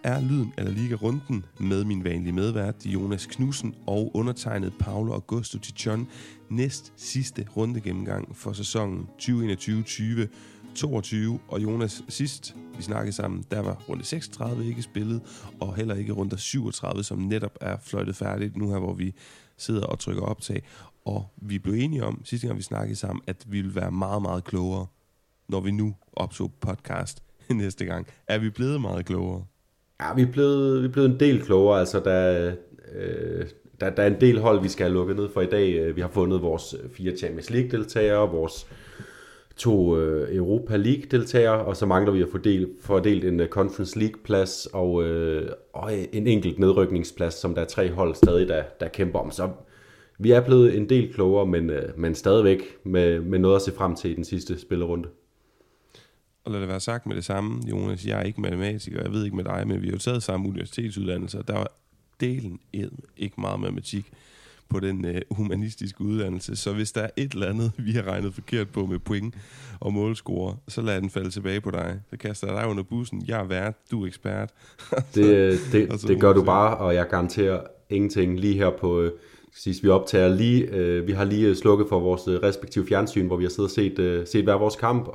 er lyden af La Liga-runden med min vanlige medvært, Jonas Knudsen, og undertegnet Paolo Augusto Tichon. Næst sidste rundegennemgang for sæsonen 2021-2022. Og Jonas, sidst vi snakkede sammen, der var runde 36 ikke spillet, og heller ikke runde 37, som netop er fløjtet færdigt nu her, hvor vi sidder og trykker optag. Og vi blev enige om, sidste gang vi snakkede sammen, at vi ville være meget, meget klogere, når vi nu optog podcast næste gang. Er vi blevet meget klogere? Ja, vi er blevet en del klogere. Altså, der er en del hold, vi skal have lukket ned for i dag. Vi har fundet vores 4 Champions League-deltagere, vores 2 Europa League-deltagere, og så mangler vi at fordelt en Conference League-plads og en enkelt nedrykningsplads, som der er 3 hold stadig, der kæmper om. Så vi er blevet en del klogere, men stadigvæk med noget at se frem til i den sidste spillerunde. Og lad det være sagt med det samme, Jonas, jeg er ikke matematiker, jeg ved ikke med dig, men vi har jo taget samme universitetsuddannelse, og der var delen ikke meget matematik på den humanistiske uddannelse, så hvis der er et eller andet, vi har regnet forkert på med point og målscore, så lad den falde tilbage på dig. Så kaster jeg dig under bussen, jeg er vært, du er ekspert. Det gør du bare, og jeg garanterer ingenting lige her på... Vi optager lige, vi har lige slukket for vores respektive fjernsyn, hvor vi har siddet og set hver vores kamp,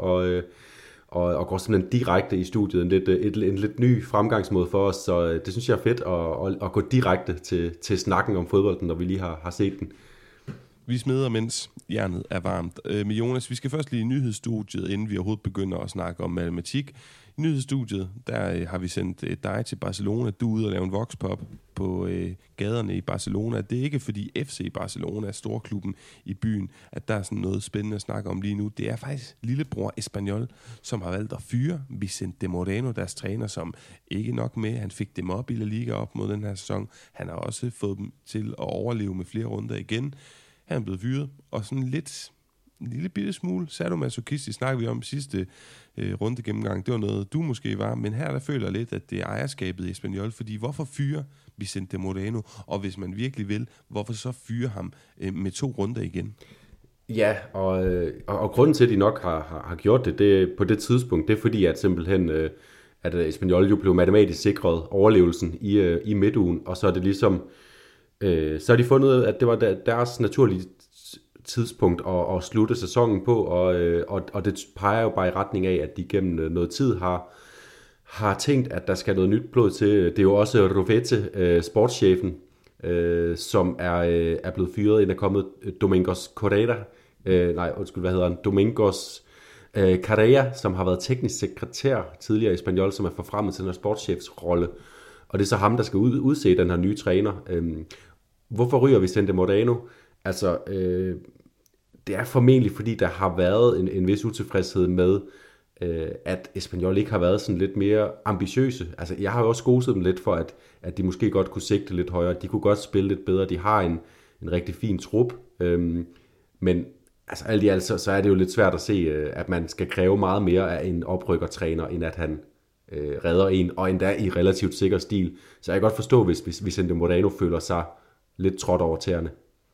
og går simpelthen direkte i studiet. En lidt ny fremgangsmåde for os, så det synes jeg er fedt at gå direkte til snakken om fodbolden, når vi lige har set den. Vi smider, mens jernet er varmt. Med Jonas, vi skal først lige i nyhedsstudiet, inden vi overhovedet begynder at snakke om matematik. I nyhedsstudiet, der har vi sendt dig til Barcelona. Du er ude og lave en voxpop på gaderne i Barcelona. Det er ikke fordi FC Barcelona er storklubben i byen, at der er sådan noget spændende at snakke om lige nu. Det er faktisk lillebror Espanyol, som har valgt at fyre Vicente Moreno, deres træner, som ikke nok med. Han fik dem op i La Liga op mod den her sæson. Han har også fået dem til at overleve med flere runder igen. Han er blevet fyret, og sådan en lille bitte smule sadomasochistisk snakker vi om sidste runde gennemgang. Det var noget, du måske var, men her der føler jeg lidt, at det er ejerskabet i Espanyol, fordi hvorfor fyre Vicente Moreno, og hvis man virkelig vil, hvorfor så fyre ham med 2 runder igen? Ja, og grunden til, at de nok har gjort det på det tidspunkt, det er fordi, at simpelthen, at Espanyol jo blev matematisk sikret overlevelsen i midtugen, og så er det ligesom, så har de fundet ud af, at det var deres naturlige tidspunkt at slutte sæsonen på, og det peger jo bare i retning af, at de gennem noget tid har tænkt, at der skal noget nyt blod til. Det er jo også Rovete, sportschefen, som er blevet fyret, inden er kommet Domingos Correa, Domingos Carrera, som har været teknisk sekretær tidligere i Espanyol, som er forfremmet til den her sportschefsrolle, og det er så ham, der skal udse den her nye træner. Hvorfor ryger Vicente Moreno? Altså, det er formentlig, fordi der har været en vis utilfredshed med, at Espanyol ikke har været sådan lidt mere ambitiøse. Altså, jeg har jo også skoset dem lidt for, at de måske godt kunne sigte lidt højere. De kunne godt spille lidt bedre. De har en rigtig fin trup. Men altså, alt i alt, så er det jo lidt svært at se, at man skal kræve meget mere af en oprykkertræner, end at han redder en, og endda i relativt sikker stil. Så jeg kan godt forstå, hvis Vicente Moreno føler sig lidt trådt over tæerne.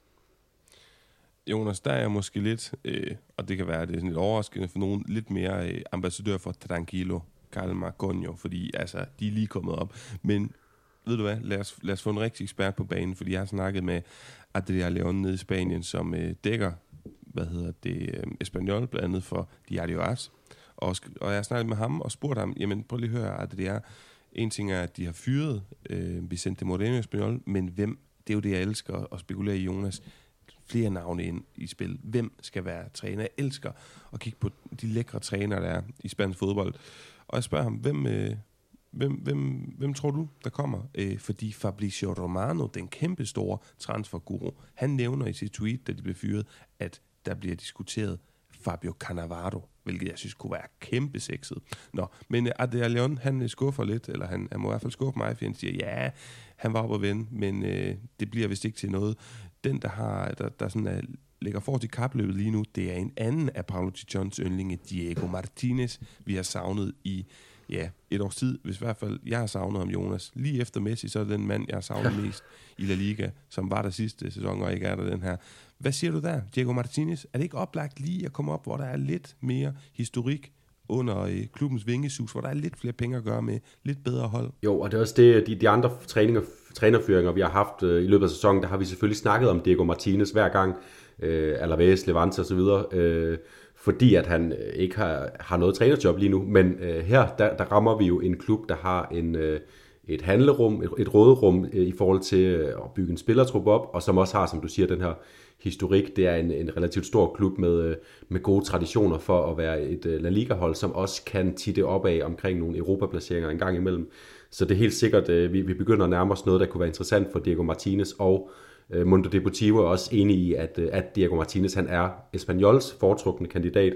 Jonas, der er måske lidt, og det kan være, det er sådan lidt overraskende for nogen, lidt mere ambassadør for Tranquilo, Calma, Coño, fordi altså, de er lige kommet op. Men ved du hvad, lad os få en rigtig ekspert på banen, fordi jeg har snakket med Adrià León nede i Spanien, som dækker, Espanyol, blandt andet for Diario AS. Og jeg har snakket med ham og spurgt ham, jamen prøv lige at høre, Adrià, en ting er, at de har fyret Vicente Moreno i Espanyol, men hvem, det er jo det, jeg elsker at spekulere i, Jonas, flere navne ind i spil. Hvem skal være træner? Jeg elsker at kigge på de lækre trænere, der er i spansk fodbold. Og jeg spørger ham, hvem tror du, der kommer? Fordi Fabrizio Romano, den kæmpe store transferguru, han nævner i sit tweet, da de blev fyret, at der bliver diskuteret Fabio Cannavaro, hvilket jeg synes kunne være kæmpe sexet. Nå, men Adrià León, han skuffer lidt, eller han må i hvert fald skuffe mig, for han siger, ja, han var oppe at vende, men det bliver vist ikke til noget. Den, der sådan ligger for til kapløbet lige nu, det er en anden af Paolo Tichons yndlinge, Diego Martinez, vi har savnet i et års tid, hvis i hvert fald jeg har savnet ham, Jonas. Lige efter Messi, så er det den mand, jeg har savnet mest i La Liga, som var der sidste sæson, og ikke er der den her. Hvad siger du der, Diego Martinez? Er det ikke oplagt lige at komme op, hvor der er lidt mere historik under klubbens vingesus, hvor der er lidt flere penge at gøre med, lidt bedre hold. Jo, og det er også det, de andre trænerføringer, vi har haft i løbet af sæsonen, der har vi selvfølgelig snakket om Diego Martinez hver gang, Alaves, Levante osv., fordi at han ikke har noget trænerjob lige nu, men her, der rammer vi jo en klub, der har et handlerum, et råderum i forhold til at bygge en spillertrup op, og som også har, som du siger, den her historik. Det er en relativt stor klub med gode traditioner for at være et La Liga-hold, som også kan titte opad omkring nogle Europa-placeringer en gang imellem. Så det er helt sikkert, vi begynder at nærme os noget, der kunne være interessant for Diego Martinez, og Mundo Deportivo er også enig i, at Diego Martinez han er Espanyols foretrukne kandidat.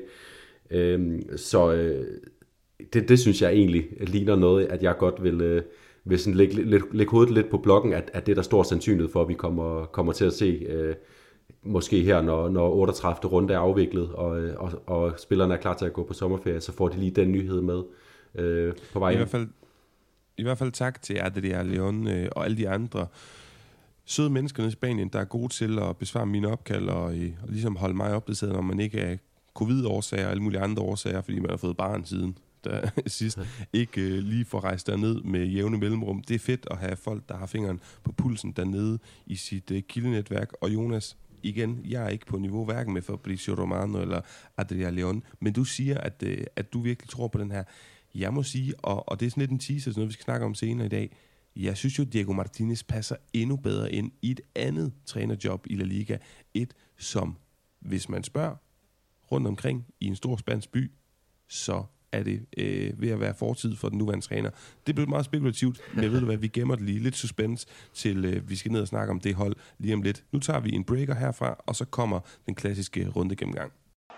Så det synes jeg egentlig ligner noget, at jeg godt vil sådan lægge hovedet lidt på blokken, at det er der stor sandsynlighed for, at vi kommer til at se, måske her, når 38. runde er afviklet, og spillerne er klar til at gå på sommerferie, så får de lige den nyhed med på vej. I hvert fald tak til Adrià León og alle de andre søde mennesker i Spanien, der er gode til at besvare mine opkald og ligesom holde mig opdateret, når man ikke er covid-årsager og alle mulige andre årsager, fordi man har fået barn siden der sidst ikke lige får rejst derned med jævne mellemrum. Det er fedt at have folk, der har fingeren på pulsen dernede i sit kildenetværk. Og Jonas, igen, jeg er ikke på niveau hverken med Fabrizio Romano eller Adrià León, men du siger, at du virkelig tror på den her. Jeg må sige, og det er sådan lidt en teaser, noget vi skal snakke om senere i dag, jeg synes jo, Diego Martinez passer endnu bedre ind i et andet trænerjob i La Liga. Et som, hvis man spørger rundt omkring i en stor spansk by, så er det ved at være fortid for den nuværende træner. Det blev meget spekulativt, men jeg ved du hvad, vi gemmer det lige lidt suspense til vi skal ned og snakke om det hold lige om lidt. Nu tager vi en breaker herfra, og så kommer den klassiske runde gennemgang.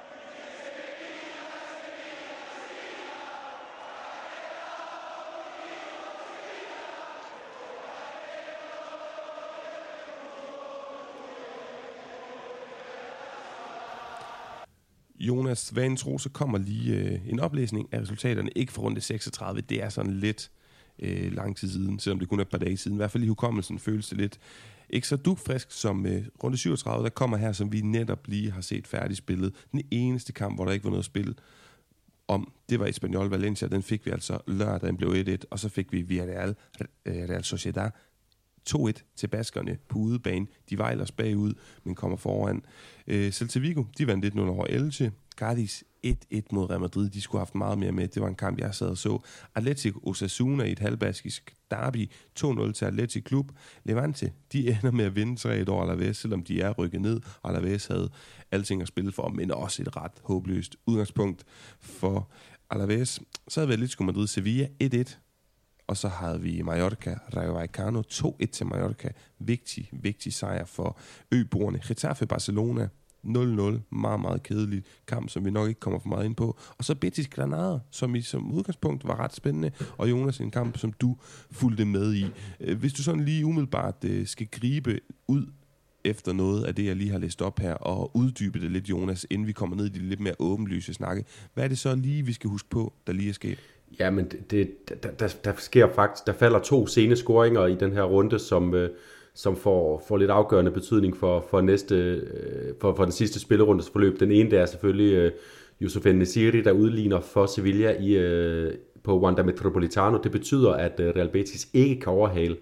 Jonas, hvad en tro, så kommer lige en oplæsning af resultaterne, ikke for runde 36, det er sådan lidt lang tid siden, selvom det kun er et par dage siden, i hvert fald i hukommelsen føles det lidt ikke så dugfrisk som runde 37, der kommer her, som vi netop lige har set færdigt spillet. Den eneste kamp, hvor der ikke var noget spil om, det var Espanyol Valencia, den fik vi altså lørdag, den blev 1-1, og så fik vi Villarreal Real Sociedad 2-1 til baskerne på udebane. De var ellers bagud, men kommer foran. Celta Vigo, de vandt 1-0 over Elche. Cadiz 1-1 mod Real Madrid. De skulle have haft meget mere med. Det var en kamp, jeg sad og så. Athletic Osasuna i et halvbaskisk derby. 2-0 til Athletic Klub. Levante, de ender med at vinde 3-1 over Alaves, selvom de er rykket ned. Og Alaves havde alting at spille for, men også et ret håbløst udgangspunkt for Alaves. Så havde vi Atletico Madrid Sevilla 1-1. Og så havde vi Mallorca, Rayo Vallecano 2-1 til Mallorca. Vigtig sejr for øboerne. Getafe Barcelona 0-0. Meget, meget kedelig kamp, som vi nok ikke kommer for meget ind på. Og så Betis Granada, som udgangspunkt var ret spændende. Og Jonas, en kamp, som du fulgte med i. Hvis du sådan lige umiddelbart skal gribe ud efter noget af det, jeg lige har læst op her, og uddybe det lidt, Jonas, inden vi kommer ned i de lidt mere åbenlyse snakke. Hvad er det så lige, vi skal huske på, der lige er sket? Jamen, der sker faktisk, der falder 2 sene scoringer i den her runde, som får lidt afgørende betydning for den sidste spillerundes forløb. Den ene, der er selvfølgelig Youssef En-Nesyri, der udligner for Sevilla på Wanda Metropolitano. Det betyder, at Real Betis ikke kan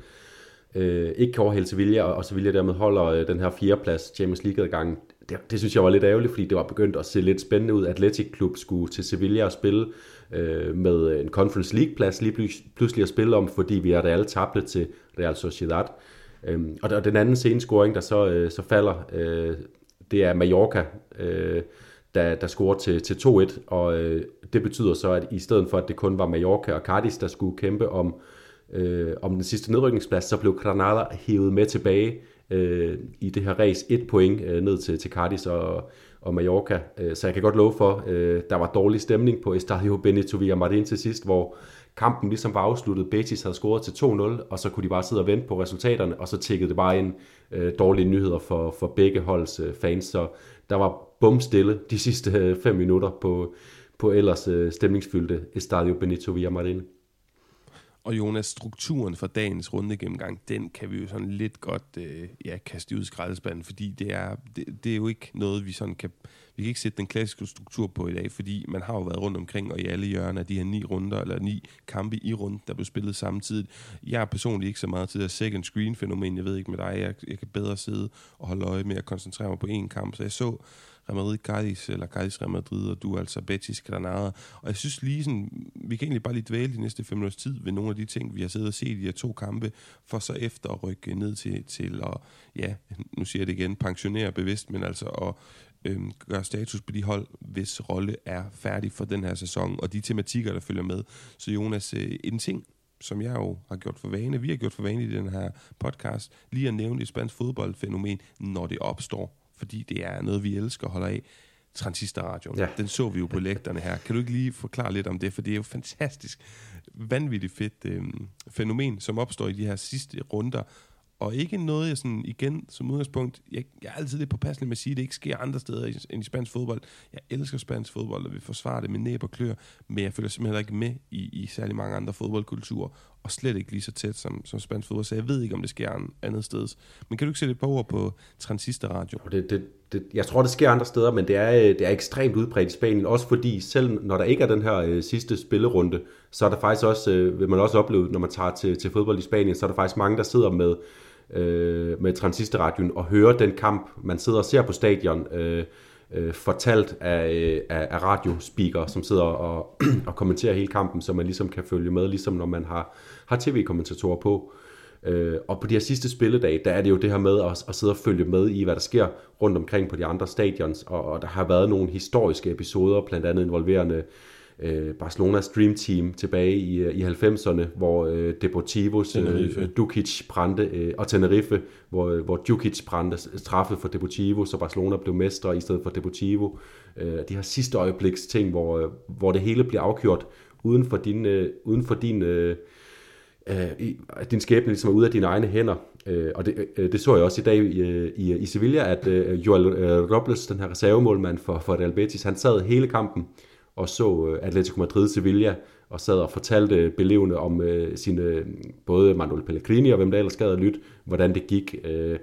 overhale Sevilla, og Sevilla dermed holder den her 4. plads Champions League-adgangen. Det synes jeg var lidt ærgerligt, fordi det var begyndt at se lidt spændende ud. Athletic Klub skulle til Sevilla og spille med en Conference League-plads lige pludselig at spille om, fordi vi er Real tabte til Real Sociedad. Og den anden scenescoring, der så falder, det er Mallorca, der scorer til 2-1, og det betyder så, at i stedet for, at det kun var Mallorca og Cadiz, der skulle kæmpe om den sidste nedrykningsplads, så blev Granada hævet med tilbage i det her race 1 point ned til Cadiz og Mallorca. Så jeg kan godt love for, der var dårlig stemning på Estadio Benito Villamarín til sidst, hvor kampen ligesom var afsluttet. Betis havde scoret til 2-0, og så kunne de bare sidde og vente på resultaterne, og så tikkede det bare ind dårlige nyheder for begge holds fans. Så der var bumstille de sidste 5 minutter på ellers stemningsfyldte Estadio Benito Villamarín. Og Jonas, strukturen for dagens rundegennemgang, den kan vi jo sådan lidt godt kaste ud i skraldespanden, fordi det er jo ikke noget, vi sådan kan... Vi kan ikke sætte den klassiske struktur på i dag, fordi man har jo været rundt omkring, og i alle hjørner af de her 9 runder, eller 9 kampe i runden, der blev spillet samtidig. Jeg er personligt ikke så meget til det second screen-fænomen, jeg ved ikke med dig, jeg kan bedre sidde og holde øje med at koncentrere mig på én kamp, så jeg så Real Madrid Cadiz, eller Cadiz Real Madrid, og du altså Betis Granada, og jeg synes lige sådan, vi kan egentlig bare lige dvæle de næste 5 minutters tid ved nogle af de ting, vi har siddet og set i de her 2 kampe, for så efter at rykke ned til at, ja, nu siger jeg det igen, pensionere bevidst, men altså at gøre status på de hold, hvis rolle er færdig for den her sæson, og de tematikker, der følger med. Så Jonas, en ting, som jeg jo har gjort for vane, vi har gjort for vane i den her podcast, lige at nævne et spansk fodboldfænomen, når det opstår, fordi det er noget, vi elsker og holder af. Transistorradioen. Ja. Den så vi jo på lægterne her. Kan du ikke lige forklare lidt om det? For det er jo fantastisk, vanvittigt fedt fænomen, som opstår i de her sidste runder, og ikke noget, jeg sådan igen som udgangspunkt, jeg er altid lidt påpasselig med at sige, at det ikke sker andre steder end i spansk fodbold. Jeg elsker spansk fodbold, og vil forsvare det med næb og klør, men jeg føler simpelthen ikke med i særlig mange andre fodboldkulturer, og slet ikke lige så tæt som spansk fodbold, så jeg ved ikke, om det sker andet sted. Men kan du ikke sætte et par ord på transistorradio? Jeg tror, det sker andre steder, men det er ekstremt udbredt i Spanien, også fordi selv når der ikke er den her sidste spillerunde, så er der faktisk også, vil man også opleve, når man tager til fodbold i Spanien, så er der faktisk mange, der sidder med transistorradioen og hører den kamp, man sidder og ser på stadion, fortalt af radiospeaker, som sidder og kommenterer hele kampen, så man ligesom kan følge med, ligesom når man har tv-kommentatorer på. Og på de her sidste spilledage, der er det jo det her med at sidde og følge med i, hvad der sker rundt omkring på de andre stadions, og der har været nogle historiske episoder, blandt andet involverende Barcelonas Dream Team tilbage i 90'erne, hvor Deportivos Dukic brændte, og Tenerife, hvor Dukic brændte straffet for Deportivo, så Barcelona blev mestre i stedet for Deportivo. De her sidste øjebliks ting, hvor det hele bliver afgjort uden for din skæbne ligesom er ude af dine egne hænder. Og det så jeg også i dag i Sevilla, at Joel Robles, den her reservemålmand for Real Betis, han sad hele kampen og så Atletico Madrid Sevilla, og sad og fortalte belevende om sine, både Manuel Pellegrini og hvem der ellers gad at lytte, hvordan det gik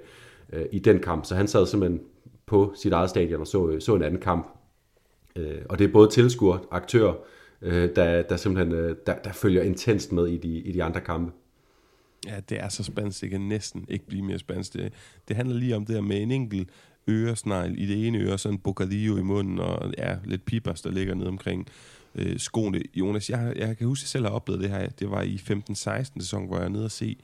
i den kamp. Så han sad simpelthen på sit eget stadion og så en anden kamp. Og det er både tilskuer, aktør, der simpelthen der følger intenst med i de andre kampe. Ja, det er så spansk, det kan næsten ikke blive mere spansk. Det handler lige om det her med en enkelt øresnegl i det ene øre, sådan en bocadillo i munden, og ja, lidt pibers, der ligger nede omkring skoene. Jonas, jeg kan huske, at jeg selv har oplevet det her. Det var i 15-16 sæson, hvor jeg er nede og se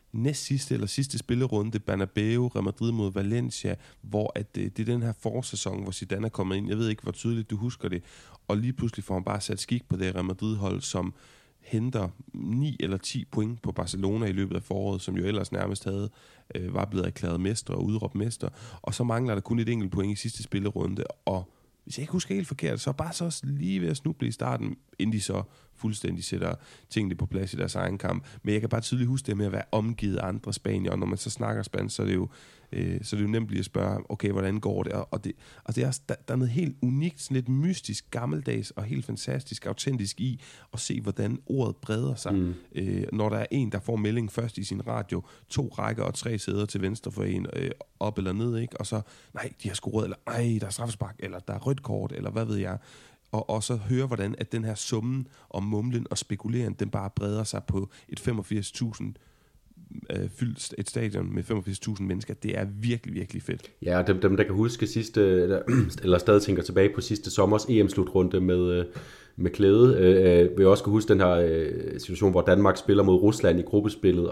sidste spillerunde, Bernabeu, Real Madrid mod Valencia, hvor det er den her forsæson, hvor Zidane er kommet ind. Jeg ved ikke, hvor tydeligt du husker det. Og lige pludselig får han bare sat skik på det Real Madrid-hold, som henter 9 eller 10 point på Barcelona i løbet af foråret, som jo ellers nærmest var blevet erklæret mester og udråbt mester. Og så mangler der kun et enkelt point i sidste spillerunde. Og hvis jeg ikke husker helt forkert, så bare så lige ved at snuble i starten, inden de så fuldstændig sætter tingene på plads i deres egen kamp. Men jeg kan bare tydeligt huske det med at være omgivet af andre spanier, og når man så snakker spansk, så er det jo nemt lige at spørge, okay, hvordan går det? Og det er også, der er noget helt unikt, sådan lidt mystisk, gammeldags og helt fantastisk, autentisk i at se, hvordan ordet breder sig. Når der er en, der får melding først i sin radio, 2 rækker og 3 sæder til venstre for en, op eller ned, ikke? Og så, nej, de har scoret, eller nej, der er straffespark, eller der er rødt kort, eller hvad ved jeg. Og så høre, hvordan at den her summen og mumlen og spekuleren, den bare breder sig på et 85.000 fyldt et stadion med 85.000 mennesker. Det er virkelig, virkelig fedt. Ja, og dem der kan huske eller stadig tænker tilbage på sidste sommers EM-slutrunde med Klæde, vil også kunne huske den her situation, hvor Danmark spiller mod Rusland i gruppespillet,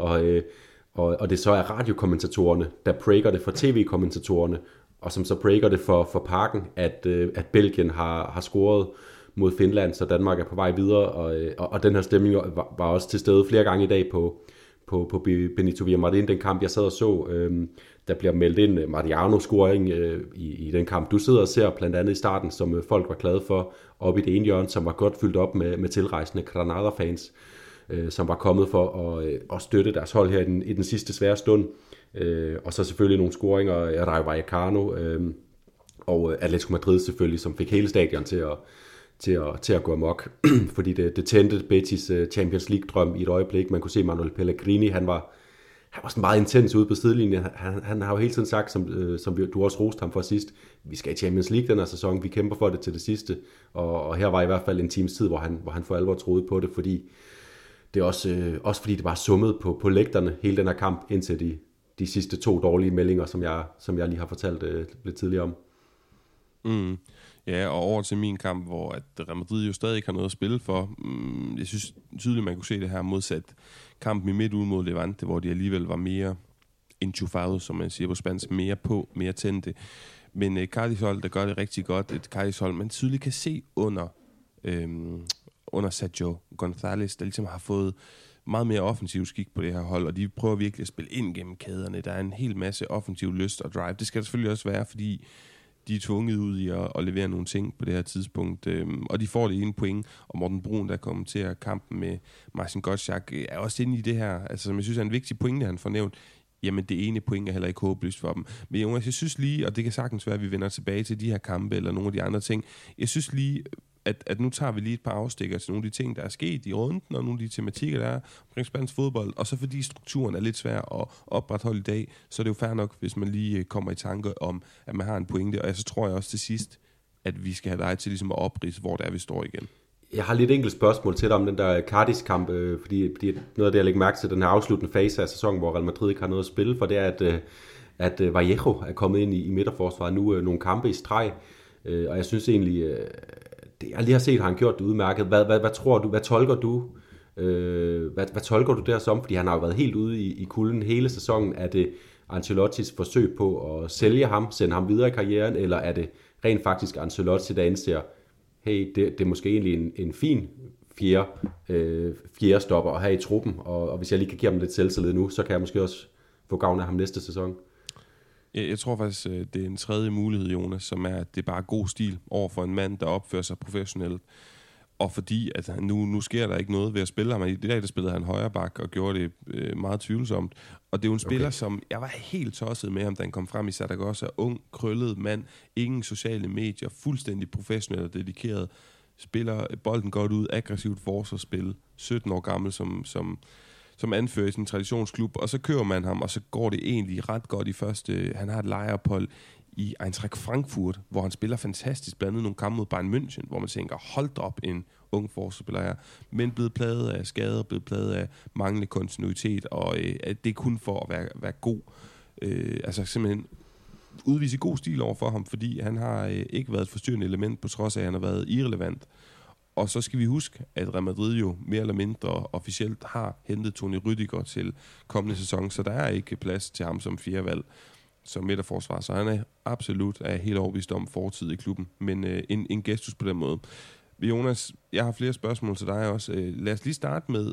og det så er radiokommentatorerne, der breaker det for tv-kommentatorerne, og som så breaker det for Parken, at Belgien har scoret mod Finland, så Danmark er på vej videre, og den her stemning var også til stede flere gange i dag på Benito Villamarín, den kamp jeg sad og så, der bliver meldt ind Mariano-scoring i den kamp, du sidder og ser blandt andet i starten, som folk var glade for, oppe i det ene hjørne, som var godt fyldt op med tilrejsende Granada-fans, som var kommet for at støtte deres hold her i den sidste svære stund. Og så selvfølgelig nogle scoringer af Rayo Vallecano og Atletico Madrid selvfølgelig, som fik hele stadion til til at gå amok, fordi det tændte Betis Champions League-drøm i et øjeblik. Man kunne se Manuel Pellegrini, han var sådan meget intens ude på sidelinjen. Han har jo hele tiden sagt, som du også roste ham for sidst, vi skal i Champions League den her sæson, vi kæmper for det til det sidste, og her var i hvert fald en times tid, hvor han for alvor troede på det, fordi det er også fordi det var summet på lægterne hele den her kamp, indtil de sidste 2 dårlige meldinger, som jeg lige har fortalt lidt tidligere om. Ja, og over til min kamp, hvor at Real Madrid jo stadig ikke har noget at spille for. Jeg synes tydeligt, man kunne se det her modsat kampen i midtuge mod Levante, hvor de alligevel var mere enchufados, som man siger på spansk, mere tændte. Men Cardis hold, der gør det rigtig godt, et Cardis hold, man tydeligt kan se under Sergio González, der ligesom har fået meget mere offensiv skik på det her hold, og de prøver virkelig at spille ind gennem kæderne. Der er en hel masse offensiv lyst og drive. Det skal der selvfølgelig også være, fordi de er tvunget ud i at levere nogle ting på det her tidspunkt, og de får det ene point, og Morten Brun, der kommenterer kampen med Marcin Gottschalk, er også inde i det her, altså som jeg synes er en vigtig pointe, han får nævnt. Jamen det ene point er heller ikke håbløst for dem. Men Jonas, jeg synes lige, og det kan sagtens være, at vi vender tilbage til de her kampe, eller nogle af de andre ting, jeg synes lige, at nu tager vi lige et par afstikker til nogle af de ting, der er sket i runden, og nogle af de tematikker, der er omkring spansk fodbold, og så fordi strukturen er lidt svær at opretholde i dag, så er det jo fair nok, hvis man lige kommer i tanke om, at man har en pointe, og så tror jeg også til sidst, at vi skal have dig til ligesom at opridse, hvor det er, vi står igen. Jeg har lidt enkelt spørgsmål til dig om den der Cardis-kamp, fordi noget af det, jeg lægger mærke til, den her afsluttende fase af sæsonen, hvor Real Madrid ikke har noget at spille for, det er, at Vallejo er kommet ind i midterforsvaret nu nogle kampe i streg, og jeg synes egentlig, det jeg lige har set, har han gjort det udmærket. Hvad tror du, hvad tolker du? Hvad tolker du der som? Fordi han har jo været helt ude i kulden hele sæsonen. Er det Ancelottis forsøg på at sælge ham, sende ham videre i karrieren, eller er det rent faktisk Ancelotti, der indser, hey, det er måske egentlig en fin fjerde stopper at have i truppen, og hvis jeg lige kan give ham lidt selvtillid nu, så kan jeg måske også få gavn af ham næste sæson. Jeg tror faktisk, det er en tredje mulighed, Jonas, som er, at det er bare god stil over for en mand, der opfører sig professionelt. Og fordi at nu sker der ikke noget ved at spille ham. I det der spillede han højre bak og gjorde det meget tvivlsomt. Og det er jo en spiller, som jeg var helt tosset med ham, da han kom frem i Zaragoza. Ung, krøllet mand, ingen sociale medier, fuldstændig professionel og dedikeret. Spiller bolden godt ud, aggressivt forsvarsspil, 17 år gammel som anfører i sin traditionsklub, og så kører man ham, og så går det egentlig ret godt i første. Han har et lejeophold i Eintracht Frankfurt, hvor han spiller fantastisk, blandt andet nogle kampe mod Bayern München, hvor man tænker, hold op en ung forsvarsspiller her, men blevet plaget af skader, blevet plaget af manglende kontinuitet, og det er kun for at være god. Altså simpelthen udvise god stil over for ham, fordi han har ikke været et forstyrrende element, på trods af, at han har været irrelevant. Og så skal vi huske, at Real Madrid jo mere eller mindre officielt har hentet Toni Rüdiger til kommende sæson, så der er ikke plads til ham som fjerdevalg som midterforsvar, så han er absolut helt overbevist om fortid i klubben, men en gestus på den måde. Jonas, jeg har flere spørgsmål til dig også. Lad os lige starte med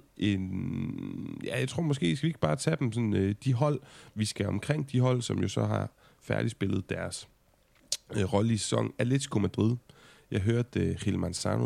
jeg tror måske, skal vi ikke bare tage dem sådan, de hold, vi skal omkring de hold, som jo så har færdigspillet deres rolle i sæson. Atletico Madrid. Jeg hørte Gil Manzano,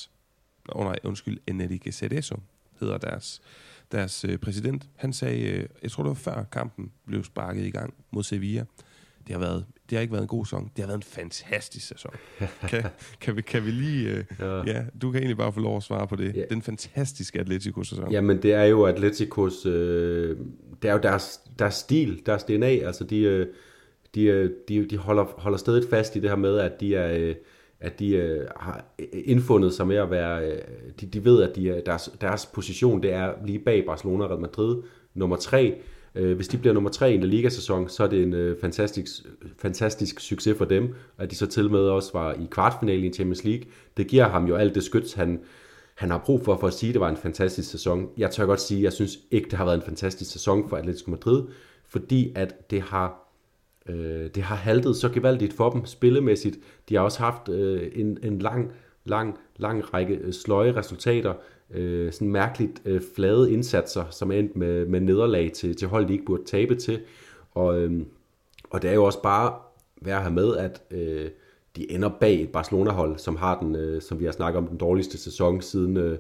Enrique Cerezo hedder deres præsident. Han sagde, jeg tror det var før kampen blev sparket i gang mod Sevilla. Det har ikke været en god sæson. Det har været en fantastisk sæson. Kan vi lige... ja, du kan egentlig bare få lov at svare på det. Yeah. Den fantastiske Atletico-sæson. Jamen, det er jo Atleticos... det er jo deres stil, deres DNA. Altså, de holder stadig fast i det her med, at de har indfundet sig med at være... De ved, at deres position, det er lige bag Barcelona og Real Madrid. Nummer 3. Hvis de bliver nummer 3 i en La Liga-sæson, så er det en fantastisk succes for dem. At de så til med også var i kvartfinalen i Champions League. Det giver ham jo alt det skyts, han har brug for at sige, at det var en fantastisk sæson. Jeg tør godt sige, at jeg synes ikke, det har været en fantastisk sæson for Atletico Madrid, fordi at det har haltet så gevaldigt for dem spillemæssigt. De har også haft en lang række sløje resultater, sådan mærkeligt flade indsatser, som er endt med nederlag til hold, de ikke burde tabe til. Og det er jo også bare værd at have med, at de ender bag et Barcelona-hold, som har den, som vi har snakket om, den dårligste sæson siden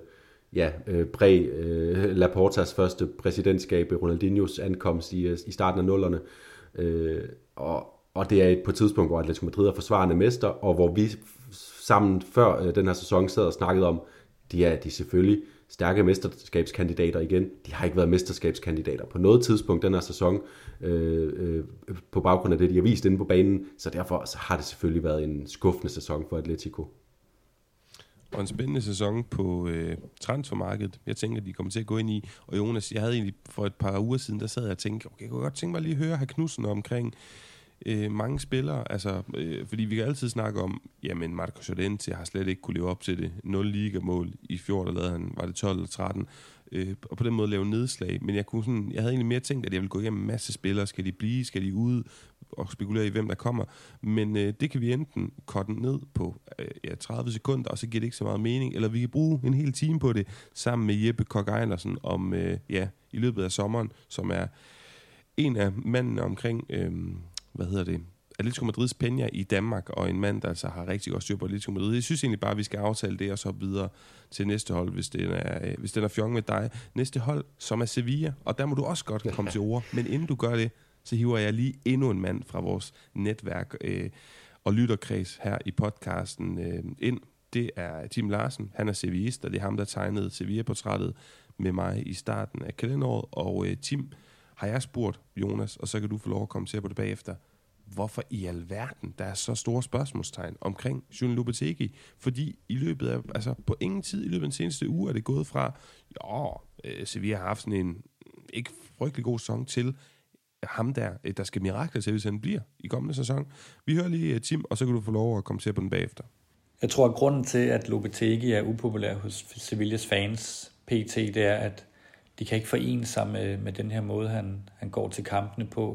Laportas første præsidentskab, Ronaldinhos ankomst i starten af 00'erne. Og det er på et tidspunkt, hvor Atletico Madrid er forsvarende mester, og hvor vi sammen før den her sæson sad og snakkede om, de er selvfølgelig stærke mesterskabskandidater igen. De har ikke været mesterskabskandidater på noget tidspunkt den her sæson, på baggrund af det, de har vist inde på banen, så derfor så har det selvfølgelig været en skuffende sæson for Atletico. Og en spændende sæson på transfermarkedet. Jeg tænker, de kommer til at gå ind i. Og Jonas, jeg havde egentlig for et par uger siden, der sad jeg og tænkte, okay, jeg kunne godt tænke mig lige at høre Knudsen omkring mange spillere. Altså, fordi vi kan altid snakke om, jamen Marco Llorente har slet ikke kunne leve op til det. 0 ligamål i fjor, der lavede han, var det 12 eller 13. Og på den måde lave nedslag. Men jeg havde egentlig mere tænkt, at jeg ville gå igennem en masse spillere. Skal de blive? Skal de ud? Og spekulere i, hvem der kommer. Men det kan vi enten korte ned på 30 sekunder, og så giver det ikke så meget mening. Eller vi kan bruge en hel time på det, sammen med Jeppe Kok-Eilersen om, i løbet af sommeren, som er en af mændene omkring, Atletico Madrids Peña i Danmark, og en mand, der altså har rigtig godt styr på Atletico Madrid. Jeg synes egentlig bare, at vi skal aftale det, og så videre til næste hold, hvis den er fjong med dig. Næste hold, som er Sevilla, og der må du også godt komme til ord. Men inden du gør det, så hiver jeg lige endnu en mand fra vores netværk og lytterkreds her i podcasten ind. Det er Tim Larsen. Han er sevillist, og det er ham, der tegnede Sevilla-portrættet med mig i starten af kalenderåret. Og Tim, har jeg spurgt Jonas, og så kan du få lov at kommentere på det bagefter, hvorfor i alverden der er så store spørgsmålstegn omkring Julen Lopetegui? Fordi i løbet af, på ingen tid i løbet af den seneste uge er det gået fra, Sevilla har haft sådan en ikke frygtelig god sæson til ham der skal mirakler til, hvis han bliver i kommende sæson. Vi hører lige Tim, og så kan du få lov at kommentere på den bagefter. Jeg tror, at grunden til, at Lopetegui er upopulær hos Sevillas fans pt., det er, at de kan ikke forene sig med den her måde, han går til kampene på.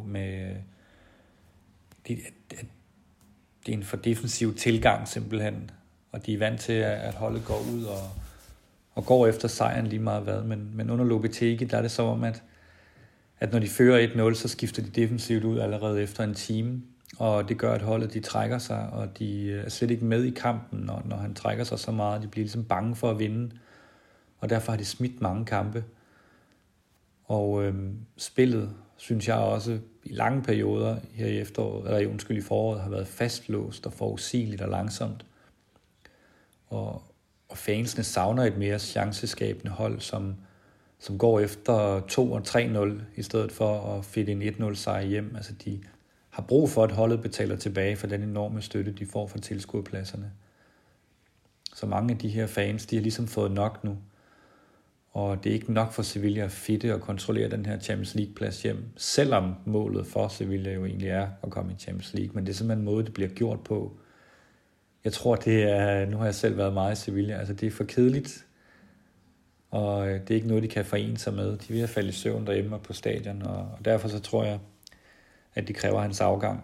Det er en for defensiv tilgang simpelthen, og de er vant til, at holdet går ud og går efter sejren lige meget hvad. Men under Lopetegui, der er det så om, at når de fører 1-0, så skifter de defensivt ud allerede efter en time, og det gør, at holdet de trækker sig, og de er slet ikke med i kampen, når han trækker sig så meget. De bliver ligesom bange for at vinde, og derfor har de smidt mange kampe. Og spillet, synes jeg også, i lange perioder her i i foråret, har været fastlåst og forudsigeligt og langsomt. Og fansene savner et mere chanceskabende hold, som går efter 2 og 3-0, i stedet for at fedte en 1-0 sejr hjem. Altså de har brug for, at holdet betaler tilbage for den enorme støtte, de får fra tilskuerpladserne. Så mange af de her fans, de har ligesom fået nok nu. Og det er ikke nok for Sevilla at fitte og kontrollere den her Champions League-plads hjem, selvom målet for Sevilla jo egentlig er at komme i Champions League. Men det er simpelthen en måde, det bliver gjort på. Jeg tror, nu har jeg selv været meget i Sevilla, altså det er for kedeligt, og det er ikke noget, de kan forene sig med. De vil have faldet i søvn derhjemme på stadion, og derfor så tror jeg, at de kræver hans afgang.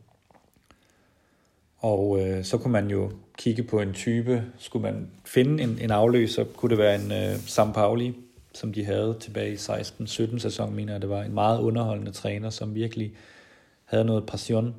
Og så kunne man jo kigge på en type. Skulle man finde en afløser, kunne det være en Sampaoli, som de havde tilbage i 16-17 sæson, mener jeg det var. En meget underholdende træner, som virkelig havde noget passion.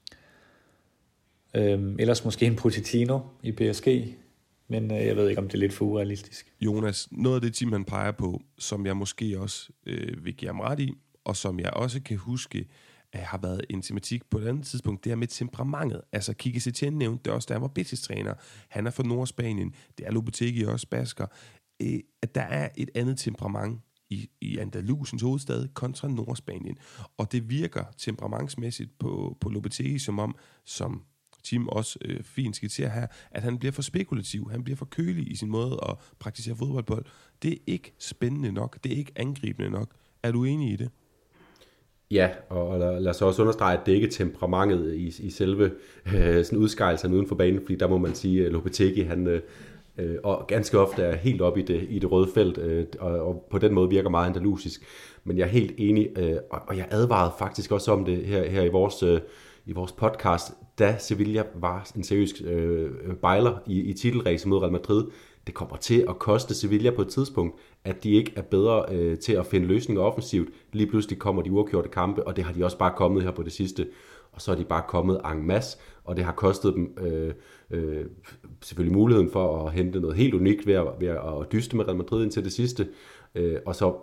Ellers måske en Pochettino i PSG, men jeg ved ikke, om det er lidt for urealistisk. Jonas, noget af det Tim han peger på, som jeg måske også vil give ham ret i, og som jeg også kan huske, har været en tematik på et andet tidspunkt, det er med temperamentet. Altså, Quique Setién nævnte det også, da han var Betis-træner. Han er fra Nordspanien. Det er Lopetegui også, basker. At der er et andet temperament i Andalusiens hovedstad kontra Nordspanien. Og det virker temperamentsmæssigt på Lopetegui som Tim også fint skitserer her, at han bliver for spekulativ, han bliver for kølig i sin måde at praktisere fodbold på. Det er ikke spændende nok, det er ikke angribende nok. Er du enig i det? Ja, og lad os også understrege, at det ikke er temperamentet i selve sådan udskejelsen uden for banen, fordi der må man sige, at Lopetegui, han og ganske ofte er helt oppe i det røde felt, og på den måde virker meget andalusisk. Men jeg er helt enig, og jeg advarede faktisk også om det her i vores podcast, da Sevilla var en seriøs bejler i titelræset mod Real Madrid. Det kommer til at koste Sevilla på et tidspunkt, at de ikke er bedre til at finde løsninger offensivt. Lige pludselig kommer de uafgjorte kampe, og det har de også bare kommet her på det sidste. Og så er de bare kommet en masse, og det har kostet dem selvfølgelig muligheden for at hente noget helt unikt ved at dyste med Real Madrid indtil det sidste. Og så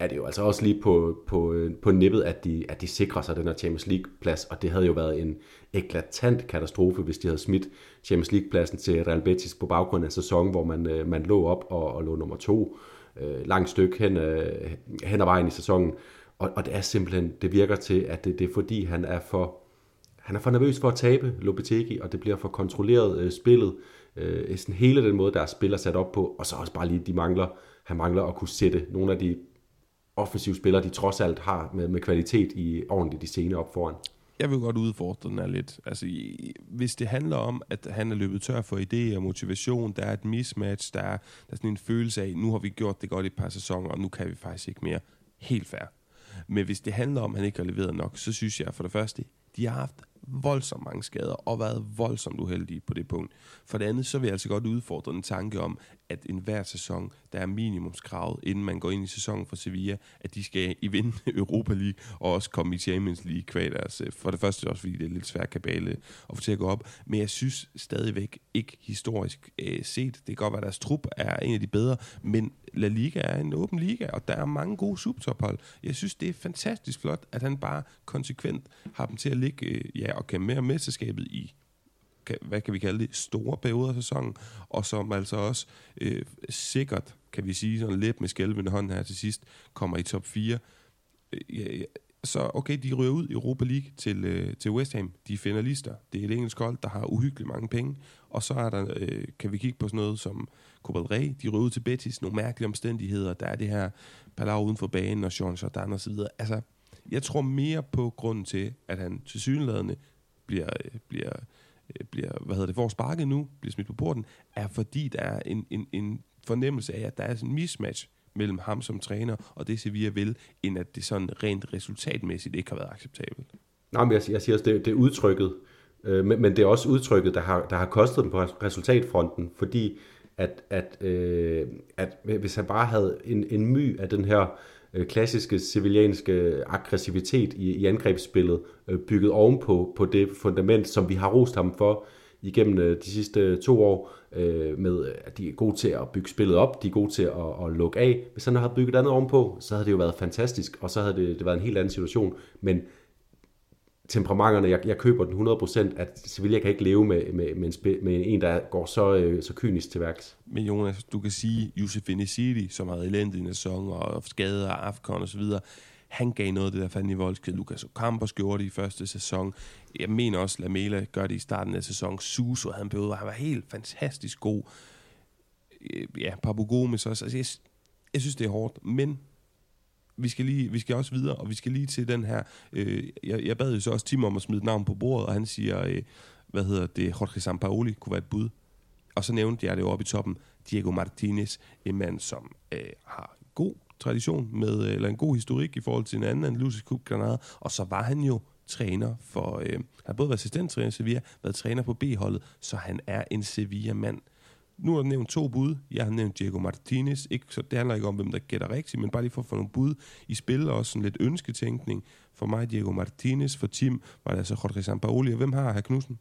er det jo altså også lige på nippet, at de sikrer sig den her Champions League-plads, og det havde jo været en eklatant katastrofe, hvis de havde smidt Champions League-pladsen til Real Betis på baggrund af en sæson, hvor man lå op og lå nummer 2, langt stykke hen ad vejen i sæsonen, og det er simpelthen, det virker til, at det er fordi, han er for nervøs for at tabe, Lopetegui, og det bliver for kontrolleret spillet, sådan hele den måde, der er spiller sat op på, og så også bare lige, han mangler at kunne sætte nogle af de offensive spillere, de trods alt har med kvalitet i ordentligt de scene op foran. Jeg vil godt udfordre den her lidt. Altså, hvis det handler om, at han er løbet tør for idéer og motivation, der er et mismatch, der er sådan en følelse af, nu har vi gjort det godt i et par sæsoner, og nu kan vi faktisk ikke mere. Helt fair. Men hvis det handler om, at han ikke har leveret nok, så synes jeg for det første, de har haft voldsomt mange skader og været voldsomt uheldige på det punkt. For det andet, så vil jeg altså godt udfordre en tanke om, at enhver sæson, der er minimumskravet, inden man går ind i sæsonen for Sevilla, at de skal i vinde Europa League og også komme i Champions League kvad deres. For det første også, fordi det er lidt svært kabale at få til at gå op. Men jeg synes stadigvæk ikke historisk set, det kan godt være, at deres trup er en af de bedre, men La Liga er en åben liga, og der er mange gode subtophold. Jeg synes, det er fantastisk flot, at han bare konsekvent har dem til at ligge og kan mere mesterskabet i, hvad kan vi kalde det, store perioder af sæsonen, og som altså også sikkert, kan vi sige, sådan lidt med skælvende hånd her til sidst, kommer i top 4. Så okay, de ryger ud i Europa League til West Ham. De er finalister. Det er et engelsk hold, der har uhyggeligt mange penge. Og så er der, kan vi kigge på sådan noget som Copa del Rey. De ryger ud til Betis. Nogle mærkelige omstændigheder. Der er det her palaver uden for banen og Jean Jordan og så videre. Altså, jeg tror mere på grunden til, at han tilsyneladende bliver får sparket nu, bliver smidt på porten, er fordi der er en fornemmelse af, at der er sådan en mismatch mellem ham som træner og det Sevilla vil, end at det sådan rent resultatmæssigt ikke har været acceptabelt. Nej, men jeg siger også, det er udtrykket, men det er også udtrykket, der har kostet dem på resultatfronten, fordi at hvis han bare havde en my af den her klassiske sevillianske aggressivitet i angrebsspillet, bygget ovenpå på det fundament, som vi har rost ham for igennem de sidste 2 år, med at de er gode til at bygge spillet op, de er gode til at lukke af. Hvis han havde bygget andet ovenpå, så havde det jo været fantastisk, og så havde det været en helt anden situation. Men temperamenterne, jeg køber den 100%, at Sevilla kan ikke leve med en, der går så kynisk til værks. Men Jonas, du kan sige, Youssef En-Nesyri, som havde elendig i en sæson, og skader og Afcon og så videre, han gav noget af det der fandme i voldsked. Lucas Ocampos gjorde det i første sæson. Jeg mener også, Lamela gør det i starten af sæson. Suso havde en periode, hvor han var helt fantastisk god. Papu Gomes også. Altså, jeg synes, det er hårdt, men vi skal også videre, og vi skal lige til den her. Jeg bad jo så også Tim om at smide et navn på bordet, og han siger, Jorge Sampaoli kunne være et bud. Og så nævnte jeg det oppe i toppen, Diego Martinez, en mand, som har god tradition med, eller en god historik i forhold til en anden Andalusisk klub, Granada, og så var han jo træner for, han har både været assistenttræner i Sevilla, været træner på B-holdet, så han er en Sevilla-mand. Nu har jeg nævnt 2 bud. Jeg har nævnt Diego Martinez. Så det handler ikke om, hvem der gætter rigtigt, men bare lige for at få nogle bud i spil, og også sådan lidt ønsketænkning. For mig, Diego Martinez. For Tim var det altså Jorge Sampaoli. Og hvem har hr. Knudsen?